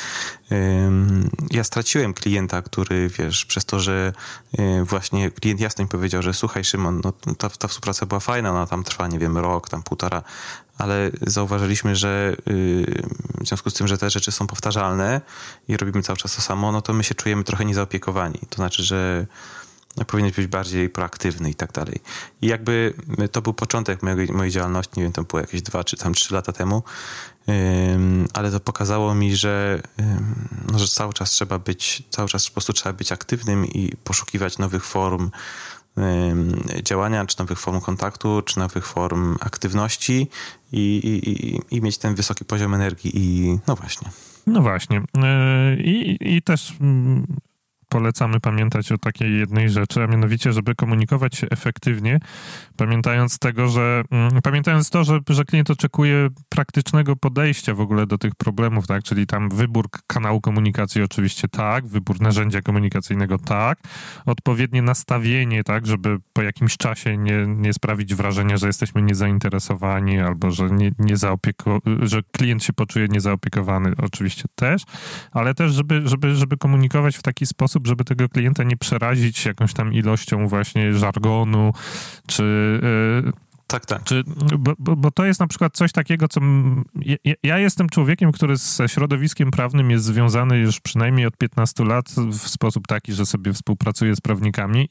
Ja straciłem klienta, który, wiesz, przez to, że właśnie klient jasno mi powiedział, że słuchaj, Szymon, no ta współpraca była fajna, ona tam trwa, nie wiem, rok, tam półtora, ale zauważyliśmy, że w związku z tym, że te rzeczy są powtarzalne i robimy cały czas to samo, no to my się czujemy trochę niezaopiekowani. To znaczy, że powinien być bardziej proaktywny i tak dalej. I jakby to był początek mojej działalności, nie wiem, to było jakieś 2 czy tam 3 lata temu, ale to pokazało mi, że cały czas po prostu trzeba być aktywnym i poszukiwać nowych form działania, czy nowych form kontaktu, czy nowych form aktywności i mieć ten wysoki poziom energii i no właśnie. No właśnie. I też polecamy pamiętać o takiej jednej rzeczy, a mianowicie, żeby komunikować się efektywnie, pamiętając to, że klient oczekuje praktycznego podejścia w ogóle do tych problemów, tak? Czyli tam wybór kanału komunikacji oczywiście tak, wybór narzędzia komunikacyjnego tak, odpowiednie nastawienie, tak, żeby po jakimś czasie nie sprawić wrażenia, że jesteśmy niezainteresowani albo że że klient się poczuje niezaopiekowany, oczywiście też, ale też, żeby komunikować w taki sposób, żeby tego klienta nie przerazić jakąś tam ilością właśnie żargonu, czy... Tak. Bo to jest na przykład coś takiego, co... Ja jestem człowiekiem, który ze środowiskiem prawnym jest związany już przynajmniej od 15 lat w sposób taki, że sobie współpracuję z prawnikami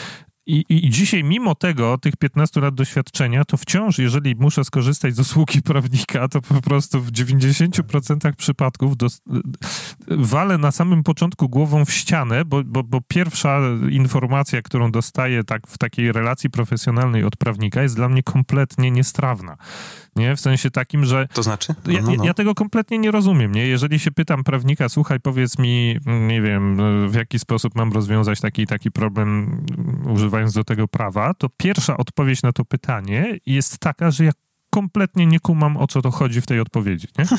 i dzisiaj mimo tych 15 lat doświadczenia, to wciąż, jeżeli muszę skorzystać z usługi prawnika, to po prostu w 90% przypadków walę na samym początku głową w ścianę, bo pierwsza informacja, którą dostaję tak w takiej relacji profesjonalnej od prawnika jest dla mnie kompletnie niestrawna. Nie? W sensie takim, że... To znaczy? Ja tego kompletnie nie rozumiem, nie? Jeżeli się pytam prawnika, słuchaj, powiedz mi, nie wiem, w jaki sposób mam rozwiązać taki problem, używając do tego prawa, to pierwsza odpowiedź na to pytanie jest taka, że ja kompletnie nie kumam, o co to chodzi w tej odpowiedzi, nie?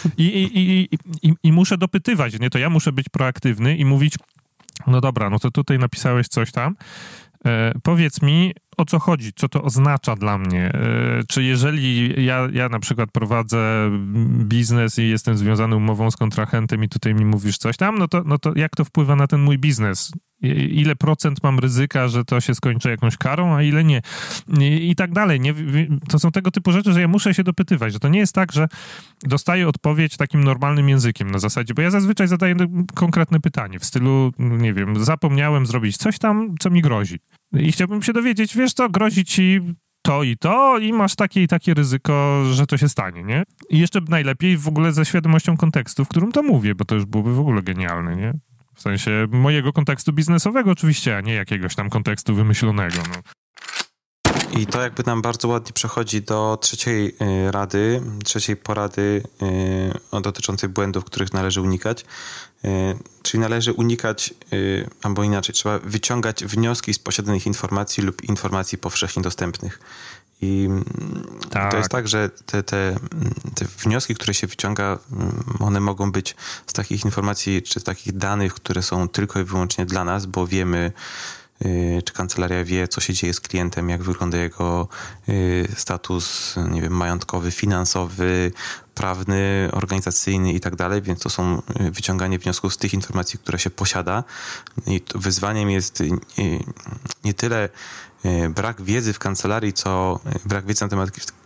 I muszę dopytywać, nie? To ja muszę być proaktywny i mówić, no dobra, no to tutaj napisałeś coś tam, powiedz mi, o co chodzi, co to oznacza dla mnie. Czy jeżeli ja na przykład prowadzę biznes i jestem związany umową z kontrahentem i tutaj mi mówisz coś tam, no to jak to wpływa na ten mój biznes? Ile procent mam ryzyka, że to się skończy jakąś karą, a ile nie? I tak dalej. Nie? To są tego typu rzeczy, że ja muszę się dopytywać, że to nie jest tak, że dostaję odpowiedź takim normalnym językiem na zasadzie, bo ja zazwyczaj zadaję konkretne pytanie w stylu, nie wiem, zapomniałem zrobić coś tam, co mi grozi. I chciałbym się dowiedzieć, wiesz co, grozi ci to i masz takie i takie ryzyko, że to się stanie, nie? I jeszcze najlepiej w ogóle ze świadomością kontekstu, w którym to mówię, bo to już byłoby w ogóle genialne, nie? W sensie mojego kontekstu biznesowego oczywiście, a nie jakiegoś tam kontekstu wymyślonego, no. I to jakby nam bardzo ładnie przechodzi do trzeciej porady dotyczącej błędów, których należy unikać. Czyli należy unikać, albo inaczej, trzeba wyciągać wnioski z posiadanych informacji lub informacji powszechnie dostępnych. I to jest tak, że te wnioski, które się wyciąga, one mogą być z takich informacji, czy z takich danych, które są tylko i wyłącznie dla nas, bo wiemy, czy kancelaria wie, co się dzieje z klientem, jak wygląda jego status, nie wiem, majątkowy, finansowy, prawny, organizacyjny i tak dalej, więc to są wyciąganie wniosków z tych informacji, które się posiada. I wyzwaniem jest nie tyle brak wiedzy w kancelarii, co brak wiedzy na temat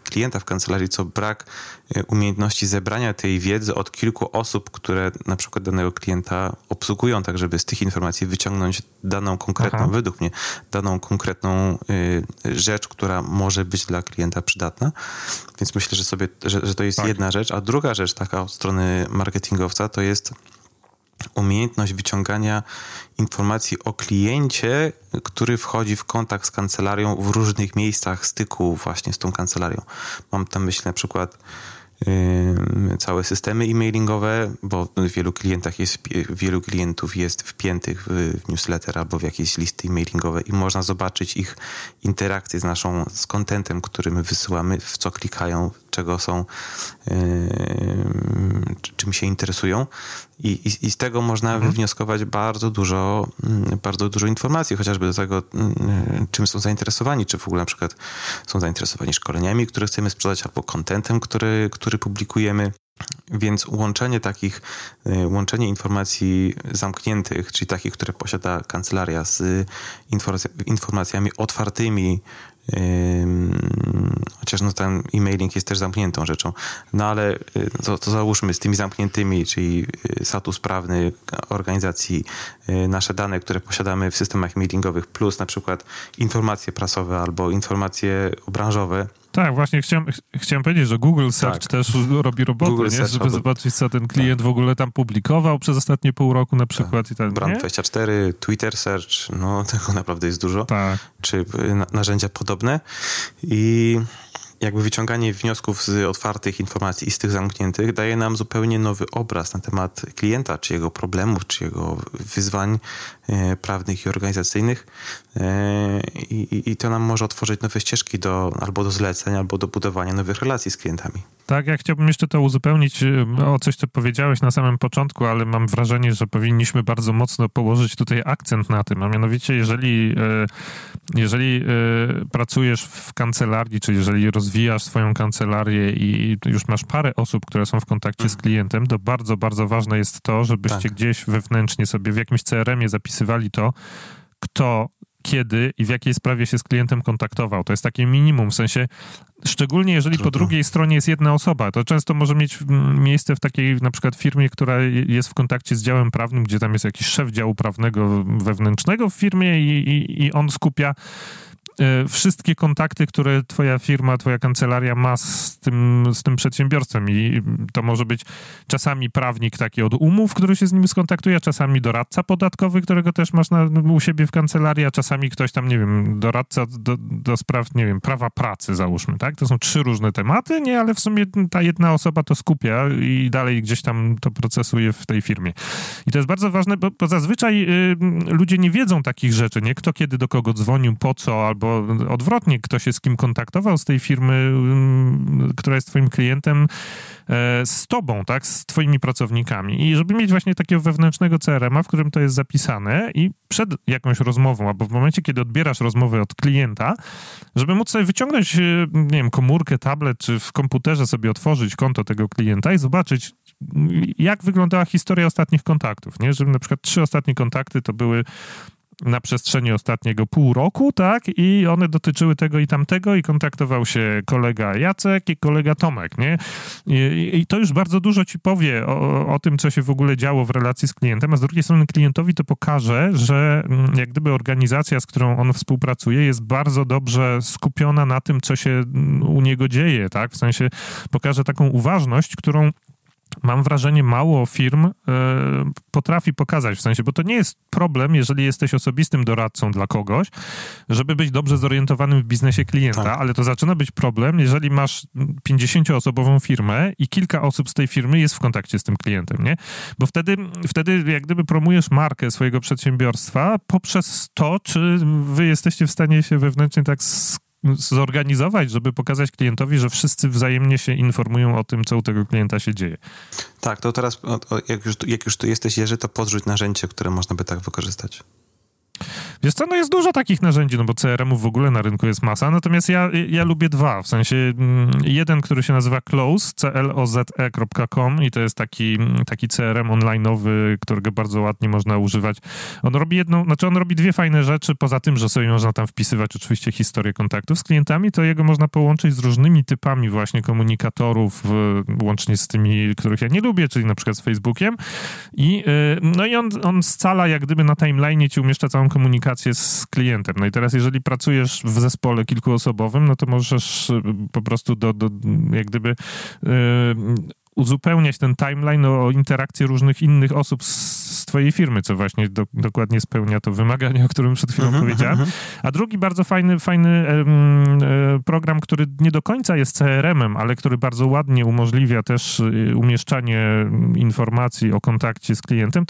klienta w kancelarii, co brak umiejętności zebrania tej wiedzy od kilku osób, które na przykład danego klienta obsługują, tak żeby z tych informacji wyciągnąć daną konkretną, według mnie, daną konkretną rzecz, która może być dla klienta przydatna. Więc myślę, że to jest jedna rzecz. A druga rzecz, taka od strony marketingowca, to jest umiejętność wyciągania informacji o kliencie, który wchodzi w kontakt z kancelarią w różnych miejscach styku właśnie z tą kancelarią. Mam tam myśl na przykład całe systemy e-mailingowe, bo wielu klientów jest wpiętych w newsletter albo w jakieś listy e-mailingowe i można zobaczyć ich interakcje z contentem, który my wysyłamy, w co klikają, czego są, czym się interesują. I z tego można wywnioskować bardzo dużo informacji, chociażby do tego, czym są zainteresowani, czy w ogóle na przykład są zainteresowani szkoleniami, które chcemy sprzedać, albo contentem, który publikujemy. Więc łączenie informacji zamkniętych, czyli takich, które posiada kancelaria, z informacjami otwartymi, chociaż ten e-mailing jest też zamkniętą rzeczą, no ale to załóżmy z tymi zamkniętymi, czyli status prawny organizacji, nasze dane, które posiadamy w systemach e-mailingowych, plus na przykład informacje prasowe albo informacje branżowe. Tak, właśnie chciałem powiedzieć, że Google Search też robi robotę, nie? Żeby zobaczyć, co ten klient w ogóle tam publikował przez ostatnie pół roku na przykład. Tak. Brand24, Twitter Search, no tego naprawdę jest dużo. Tak. Czy narzędzia podobne. I jakby wyciąganie wniosków z otwartych informacji i z tych zamkniętych daje nam zupełnie nowy obraz na temat klienta, czy jego problemów, czy jego wyzwań prawnych i organizacyjnych. I to nam może otworzyć nowe ścieżki albo do zleceń, albo do budowania nowych relacji z klientami. Tak, ja chciałbym jeszcze to uzupełnić o coś, co powiedziałeś na samym początku, ale mam wrażenie, że powinniśmy bardzo mocno położyć tutaj akcent na tym, a mianowicie jeżeli pracujesz w kancelarii, czy jeżeli rozwijasz swoją kancelarię i już masz parę osób, które są w kontakcie z klientem, to bardzo, bardzo ważne jest to, żebyście gdzieś wewnętrznie sobie w jakimś CRM-ie zapisywali to, kto, kiedy i w jakiej sprawie się z klientem kontaktował. To jest takie minimum, w sensie szczególnie jeżeli po drugiej stronie jest jedna osoba, to często może mieć miejsce w takiej na przykład firmie, która jest w kontakcie z działem prawnym, gdzie tam jest jakiś szef działu prawnego wewnętrznego w firmie i on skupia wszystkie kontakty, które twoja firma, twoja kancelaria ma z tym przedsiębiorstwem i to może być czasami prawnik taki od umów, który się z nim skontaktuje, czasami doradca podatkowy, którego też masz u siebie w kancelarii, a czasami ktoś tam, nie wiem, doradca do spraw, nie wiem, prawa pracy załóżmy, tak? To są 3 różne tematy, nie, ale w sumie ta jedna osoba to skupia i dalej gdzieś tam to procesuje w tej firmie. I to jest bardzo ważne, bo zazwyczaj ludzie nie wiedzą takich rzeczy, nie? Kto kiedy do kogo dzwonił, po co, albo odwrotnie, kto się z kim kontaktował z tej firmy, która jest twoim klientem, z tobą, tak, z twoimi pracownikami. I żeby mieć właśnie takiego wewnętrznego CRM-a, w którym to jest zapisane i przed jakąś rozmową, albo w momencie, kiedy odbierasz rozmowę od klienta, żeby móc sobie wyciągnąć, nie wiem, komórkę, tablet, czy w komputerze sobie otworzyć konto tego klienta i zobaczyć, jak wyglądała historia ostatnich kontaktów, nie? Żeby na przykład 3 ostatnie kontakty to były na przestrzeni ostatniego pół roku, tak? I one dotyczyły tego i tamtego i kontaktował się kolega Jacek i kolega Tomek, nie? I to już bardzo dużo ci powie o tym, co się w ogóle działo w relacji z klientem, a z drugiej strony klientowi to pokaże, że jak gdyby organizacja, z którą on współpracuje, jest bardzo dobrze skupiona na tym, co się u niego dzieje, tak? W sensie pokaże taką uważność, którą mam wrażenie, mało firm potrafi pokazać, w sensie, bo to nie jest problem, jeżeli jesteś osobistym doradcą dla kogoś, żeby być dobrze zorientowanym w biznesie klienta, ale to zaczyna być problem, jeżeli masz 50-osobową firmę i kilka osób z tej firmy jest w kontakcie z tym klientem, nie? Bo wtedy jak gdyby promujesz markę swojego przedsiębiorstwa poprzez to, czy wy jesteście w stanie się wewnętrznie tak zorganizować, żeby pokazać klientowi, że wszyscy wzajemnie się informują o tym, co u tego klienta się dzieje. Tak, to teraz, jak już tu jesteś, Jerzy, to podrzuć narzędzie, które można by tak wykorzystać. Wiesz co, no jest dużo takich narzędzi, no bo CRM-ów w ogóle na rynku jest masa, natomiast ja lubię dwa, w sensie jeden, który się nazywa Cloze, cloze.com i to jest taki CRM online'owy, którego bardzo ładnie można używać. On robi dwie fajne rzeczy, poza tym, że sobie można tam wpisywać oczywiście historię kontaktów z klientami, to jego można połączyć z różnymi typami właśnie komunikatorów, łącznie z tymi, których ja nie lubię, czyli na przykład z Facebookiem i on scala jak gdyby na timeline'ie ci umieszcza całą komunikację z klientem. No i teraz jeżeli pracujesz w zespole kilkuosobowym, no to możesz po prostu jak gdyby uzupełniać ten timeline o interakcje różnych innych osób z twojej firmy, co właśnie dokładnie spełnia to wymaganie, o którym przed chwilą powiedziałem. A drugi bardzo fajny program, który nie do końca jest CRM-em, ale który bardzo ładnie umożliwia też umieszczanie informacji o kontakcie z klientem,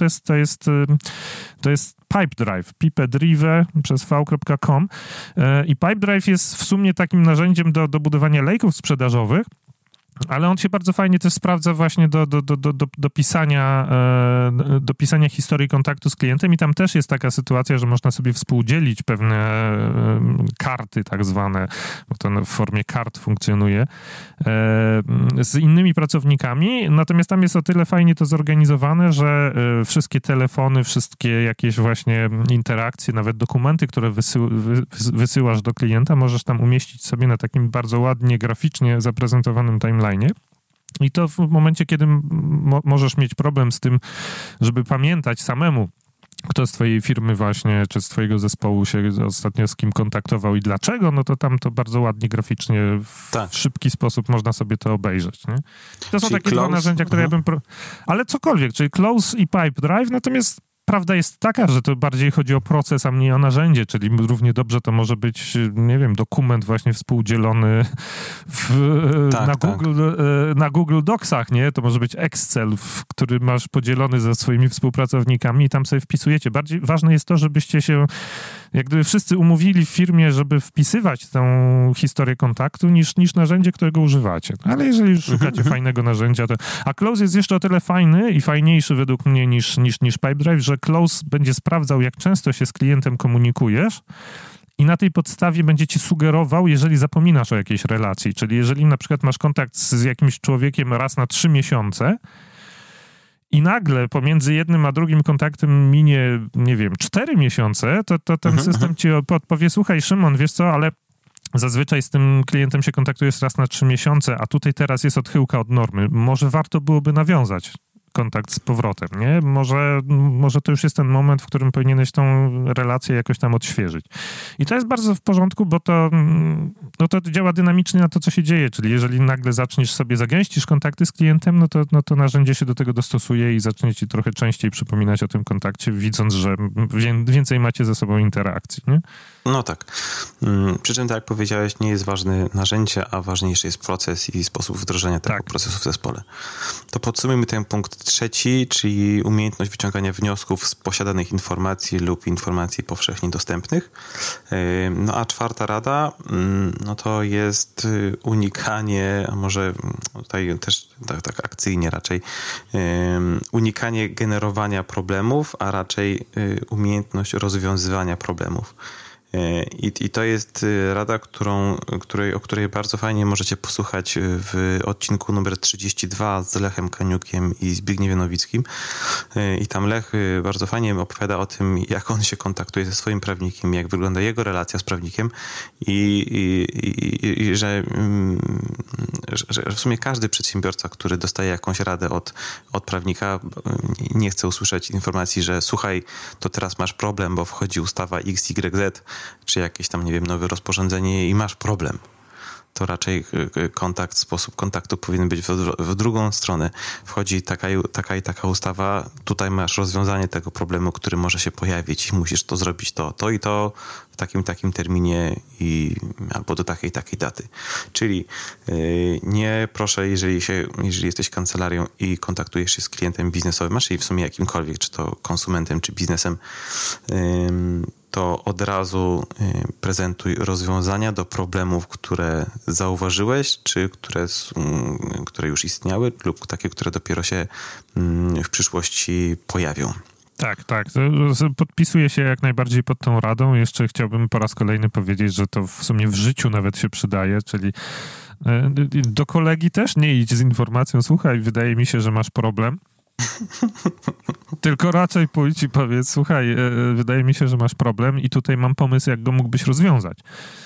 to jest Pipedrive, pipedrive przez v.com i Pipedrive jest w sumie takim narzędziem do budowania lejków sprzedażowych, ale on się bardzo fajnie też sprawdza właśnie do pisania historii kontaktu z klientem i tam też jest taka sytuacja, że można sobie współdzielić pewne karty tak zwane, bo to w formie kart funkcjonuje, z innymi pracownikami, natomiast tam jest o tyle fajnie to zorganizowane, że wszystkie telefony, wszystkie jakieś właśnie interakcje, nawet dokumenty, które wysyłasz do klienta, możesz tam umieścić sobie na takim bardzo ładnie, graficznie zaprezentowanym timeline. I to w momencie, kiedy możesz mieć problem z tym, żeby pamiętać samemu, kto z twojej firmy właśnie, czy z twojego zespołu się ostatnio z kim kontaktował i dlaczego, no to tam to bardzo ładnie graficznie, w szybki sposób można sobie to obejrzeć. Nie? To są takie dwa narzędzia, które ja bym... Ale cokolwiek, czyli Cloze i Pipedrive, natomiast prawda jest taka, że to bardziej chodzi o proces, a mniej o narzędzie, czyli równie dobrze to może być, nie wiem, dokument właśnie współdzielony na Google Docsach, nie? To może być Excel, który masz podzielony ze swoimi współpracownikami i tam sobie wpisujecie. Bardziej ważne jest to, żebyście się jak gdyby wszyscy umówili w firmie, żeby wpisywać tą historię kontaktu niż narzędzie, którego używacie. Ale jeżeli już szukacie fajnego narzędzia, to... A Cloze jest jeszcze o tyle fajny i fajniejszy według mnie niż Pipedrive, że Cloze będzie sprawdzał, jak często się z klientem komunikujesz i na tej podstawie będzie ci sugerował, jeżeli zapominasz o jakiejś relacji. Czyli jeżeli na przykład masz kontakt z jakimś człowiekiem raz na 3 miesiące i nagle pomiędzy jednym a drugim kontaktem minie, nie wiem, 4 miesiące, to ten system ci podpowie, słuchaj Szymon, wiesz co, ale zazwyczaj z tym klientem się kontaktujesz raz na 3 miesiące, a tutaj teraz jest odchyłka od normy. Może warto byłoby nawiązać kontakt z powrotem, nie? Może to już jest ten moment, w którym powinieneś tą relację jakoś tam odświeżyć. I to jest bardzo w porządku, bo to działa dynamicznie na to, co się dzieje, czyli jeżeli nagle zagęścisz kontakty z klientem, no to narzędzie się do tego dostosuje i zacznie ci trochę częściej przypominać o tym kontakcie, widząc, że więcej macie ze sobą interakcji, nie? No tak. Przy czym, tak jak powiedziałeś, nie jest ważne narzędzie, a ważniejszy jest proces i sposób wdrożenia tego procesu w zespole. To podsumujmy ten punkt 3, czyli umiejętność wyciągania wniosków z posiadanych informacji lub informacji powszechnie dostępnych. No a 4. rada, no to jest unikanie, a może tutaj też tak akcyjnie raczej, unikanie generowania problemów, a raczej umiejętność rozwiązywania problemów. I to jest rada, o której bardzo fajnie możecie posłuchać w odcinku numer 32 z Lechem Kaniukiem i Zbigniewem Nowickim. I tam Lech bardzo fajnie opowiada o tym, jak on się kontaktuje ze swoim prawnikiem, jak wygląda jego relacja z prawnikiem i że w sumie każdy przedsiębiorca, który dostaje jakąś radę od prawnika, nie chce usłyszeć informacji, że słuchaj, to teraz masz problem, bo wchodzi ustawa XYZ, czy jakieś tam, nie wiem, nowe rozporządzenie i masz problem. To raczej sposób kontaktu powinien być w drugą stronę. Wchodzi taka i taka ustawa, tutaj masz rozwiązanie tego problemu, który może się pojawić i musisz to zrobić to i to w takim terminie albo do takiej daty. Czyli nie proszę, jeżeli jesteś kancelarią i kontaktujesz się z klientem biznesowym, czyli w sumie jakimkolwiek, czy to konsumentem, czy biznesem, to od razu prezentuj rozwiązania do problemów, które zauważyłeś, czy które już istniały, lub takie, które dopiero się w przyszłości pojawią. Tak. Podpisuję się jak najbardziej pod tą radą. Jeszcze chciałbym po raz kolejny powiedzieć, że to w sumie w życiu nawet się przydaje, czyli do kolegi też nie idź z informacją, słuchaj, wydaje mi się, że masz problem. Tylko raczej pójdź i powiedz, słuchaj, wydaje mi się, że masz problem i tutaj mam pomysł, jak go mógłbyś rozwiązać.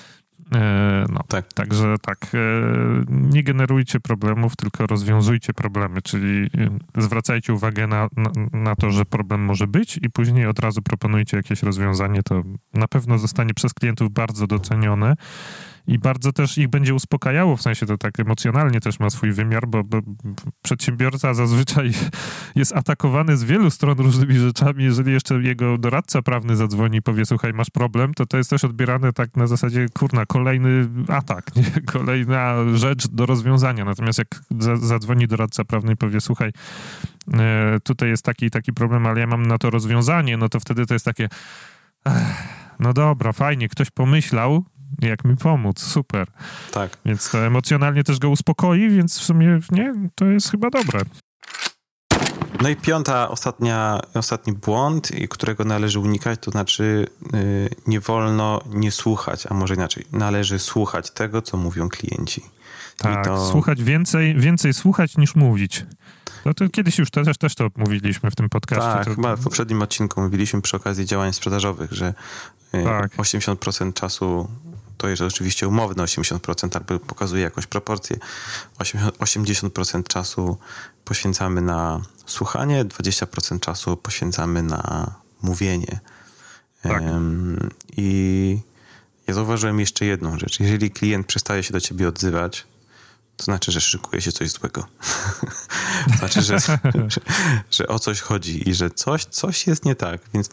Także nie generujcie problemów, tylko rozwiązujcie problemy, czyli zwracajcie uwagę na to, że problem może być i później od razu proponujcie jakieś rozwiązanie, to na pewno zostanie przez klientów bardzo docenione i bardzo też ich będzie uspokajało, w sensie to tak emocjonalnie też ma swój wymiar, bo przedsiębiorca zazwyczaj jest atakowany z wielu stron różnymi rzeczami. Jeżeli jeszcze jego doradca prawny zadzwoni i powie, słuchaj, masz problem, to jest też odbierane tak na zasadzie, kurna, kolejny atak, nie? Kolejna rzecz do rozwiązania. Natomiast jak zadzwoni doradca prawny i powie, słuchaj, tutaj jest taki problem, ale ja mam na to rozwiązanie, no to wtedy to jest takie, no dobra, fajnie, ktoś pomyślał, jak mi pomóc, super. Tak. Więc to emocjonalnie też go uspokoi, więc w sumie nie, to jest chyba dobre. No i ostatni błąd, którego należy unikać, to znaczy nie wolno nie słuchać, a może inaczej, należy słuchać tego, co mówią klienci. Tak, słuchać więcej słuchać niż mówić. No to kiedyś już też to mówiliśmy w tym podcaście. Tak, chyba w poprzednim odcinku mówiliśmy przy okazji działań sprzedażowych, że 80% czasu to jest oczywiście umowne 80%, albo pokazuje jakąś proporcję. 80% czasu poświęcamy na słuchanie, 20% czasu poświęcamy na mówienie. Tak. I ja zauważyłem jeszcze jedną rzecz. Jeżeli klient przestaje się do ciebie odzywać, to znaczy, że szykuje się coś złego. To znaczy, że o coś chodzi i że coś jest nie tak. Więc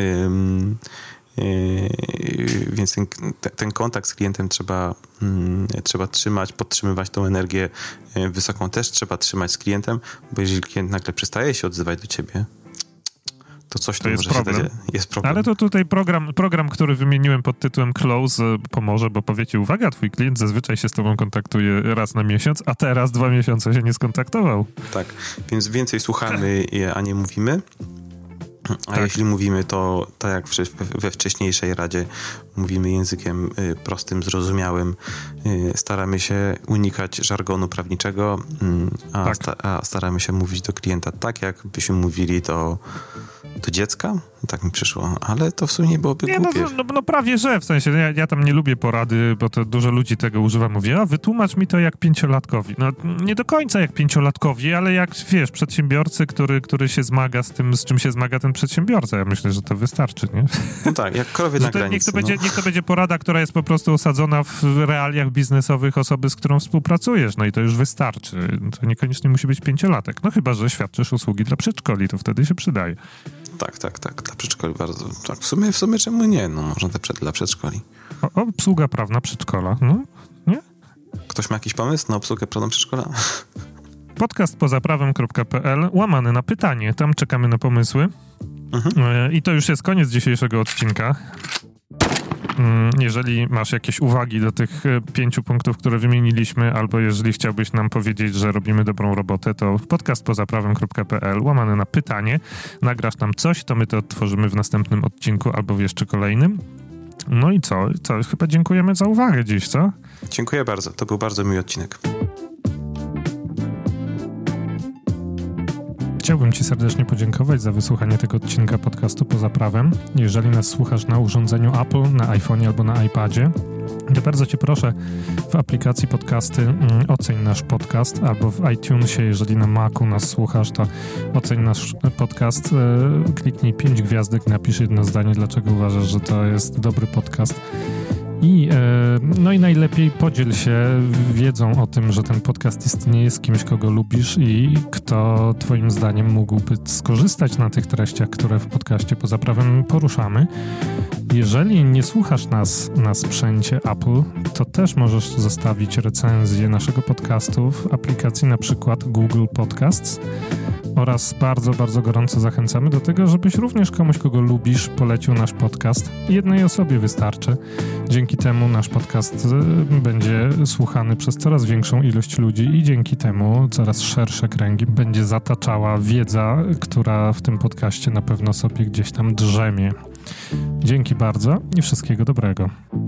ten kontakt z klientem trzeba trzymać, podtrzymywać tą energię wysoką też trzeba trzymać z klientem, bo jeżeli klient nagle przestaje się odzywać do ciebie, to coś to może problem. Jest problem. Ale to tutaj program, który wymieniłem pod tytułem Close pomoże, bo powiecie, uwaga, twój klient zazwyczaj się z tobą kontaktuje raz na miesiąc, a teraz 2 miesiące się nie skontaktował. Tak, więc więcej słuchamy, a nie mówimy. A jeśli mówimy, to tak jak we wcześniejszej radzie mówimy językiem prostym, zrozumiałym, staramy się unikać żargonu prawniczego, a staramy się mówić do klienta tak, jakbyśmy mówili do dziecka. Tak mi przyszło, ale to w sumie nie byłoby głupie. No prawie, że w sensie, ja tam nie lubię porady, bo to dużo ludzi tego używa, mówię, wytłumacz mi to jak 5-latkowi. No nie do końca jak 5-latkowi, ale jak, wiesz, przedsiębiorcy, który się zmaga z tym, z czym się zmaga ten przedsiębiorca. Ja myślę, że to wystarczy, nie? No tak, jak krowie na granicy. Niech to będzie porada, która jest po prostu osadzona w realiach biznesowych osoby, z którą współpracujesz, no i to już wystarczy. To niekoniecznie musi być 5-latek. No chyba, że świadczysz usługi dla przedszkoli, to wtedy się przydaje. Tak. Dla przedszkoli bardzo. Tak, w sumie czemu nie? No można dla przedszkoli. Obsługa prawna przedszkola, no nie? Ktoś ma jakiś pomysł na obsługę prawną przedszkola? Podcastpozaprawem.pl /pytanie. Tam czekamy na pomysły. I to już jest koniec dzisiejszego odcinka. Jeżeli masz jakieś uwagi do tych 5 punktów, które wymieniliśmy, albo jeżeli chciałbyś nam powiedzieć, że robimy dobrą robotę, to podcastpozaprawem.pl /pytanie. Nagrasz tam coś, to my to odtworzymy w następnym odcinku albo w jeszcze kolejnym. No i co? Chyba dziękujemy za uwagę dziś, co? Dziękuję bardzo. To był bardzo miły odcinek. Chciałbym Ci serdecznie podziękować za wysłuchanie tego odcinka podcastu Poza Prawem. Jeżeli nas słuchasz na urządzeniu Apple, na iPhone'ie albo na iPadzie, to bardzo Cię proszę w aplikacji podcasty oceń nasz podcast, albo w iTunesie, jeżeli na Macu nas słuchasz, to oceń nasz podcast, kliknij 5 gwiazdek, napisz jedno zdanie, dlaczego uważasz, że to jest dobry podcast. No i najlepiej podziel się wiedzą o tym, że ten podcast istnieje, z kimś, kogo lubisz i kto twoim zdaniem mógłby skorzystać na tych treściach, które w podcaście Poza Prawem poruszamy. Jeżeli nie słuchasz nas na sprzęcie Apple, to też możesz zostawić recenzję naszego podcastu w aplikacji na przykład Google Podcasts Oraz bardzo, bardzo gorąco zachęcamy do tego, żebyś również komuś, kogo lubisz, polecił nasz podcast. Jednej osobie wystarczy. Dzięki temu nasz podcast będzie słuchany przez coraz większą ilość ludzi i dzięki temu coraz szersze kręgi będzie zataczała wiedza, która w tym podcaście na pewno sobie gdzieś tam drzemie. Dzięki bardzo i wszystkiego dobrego.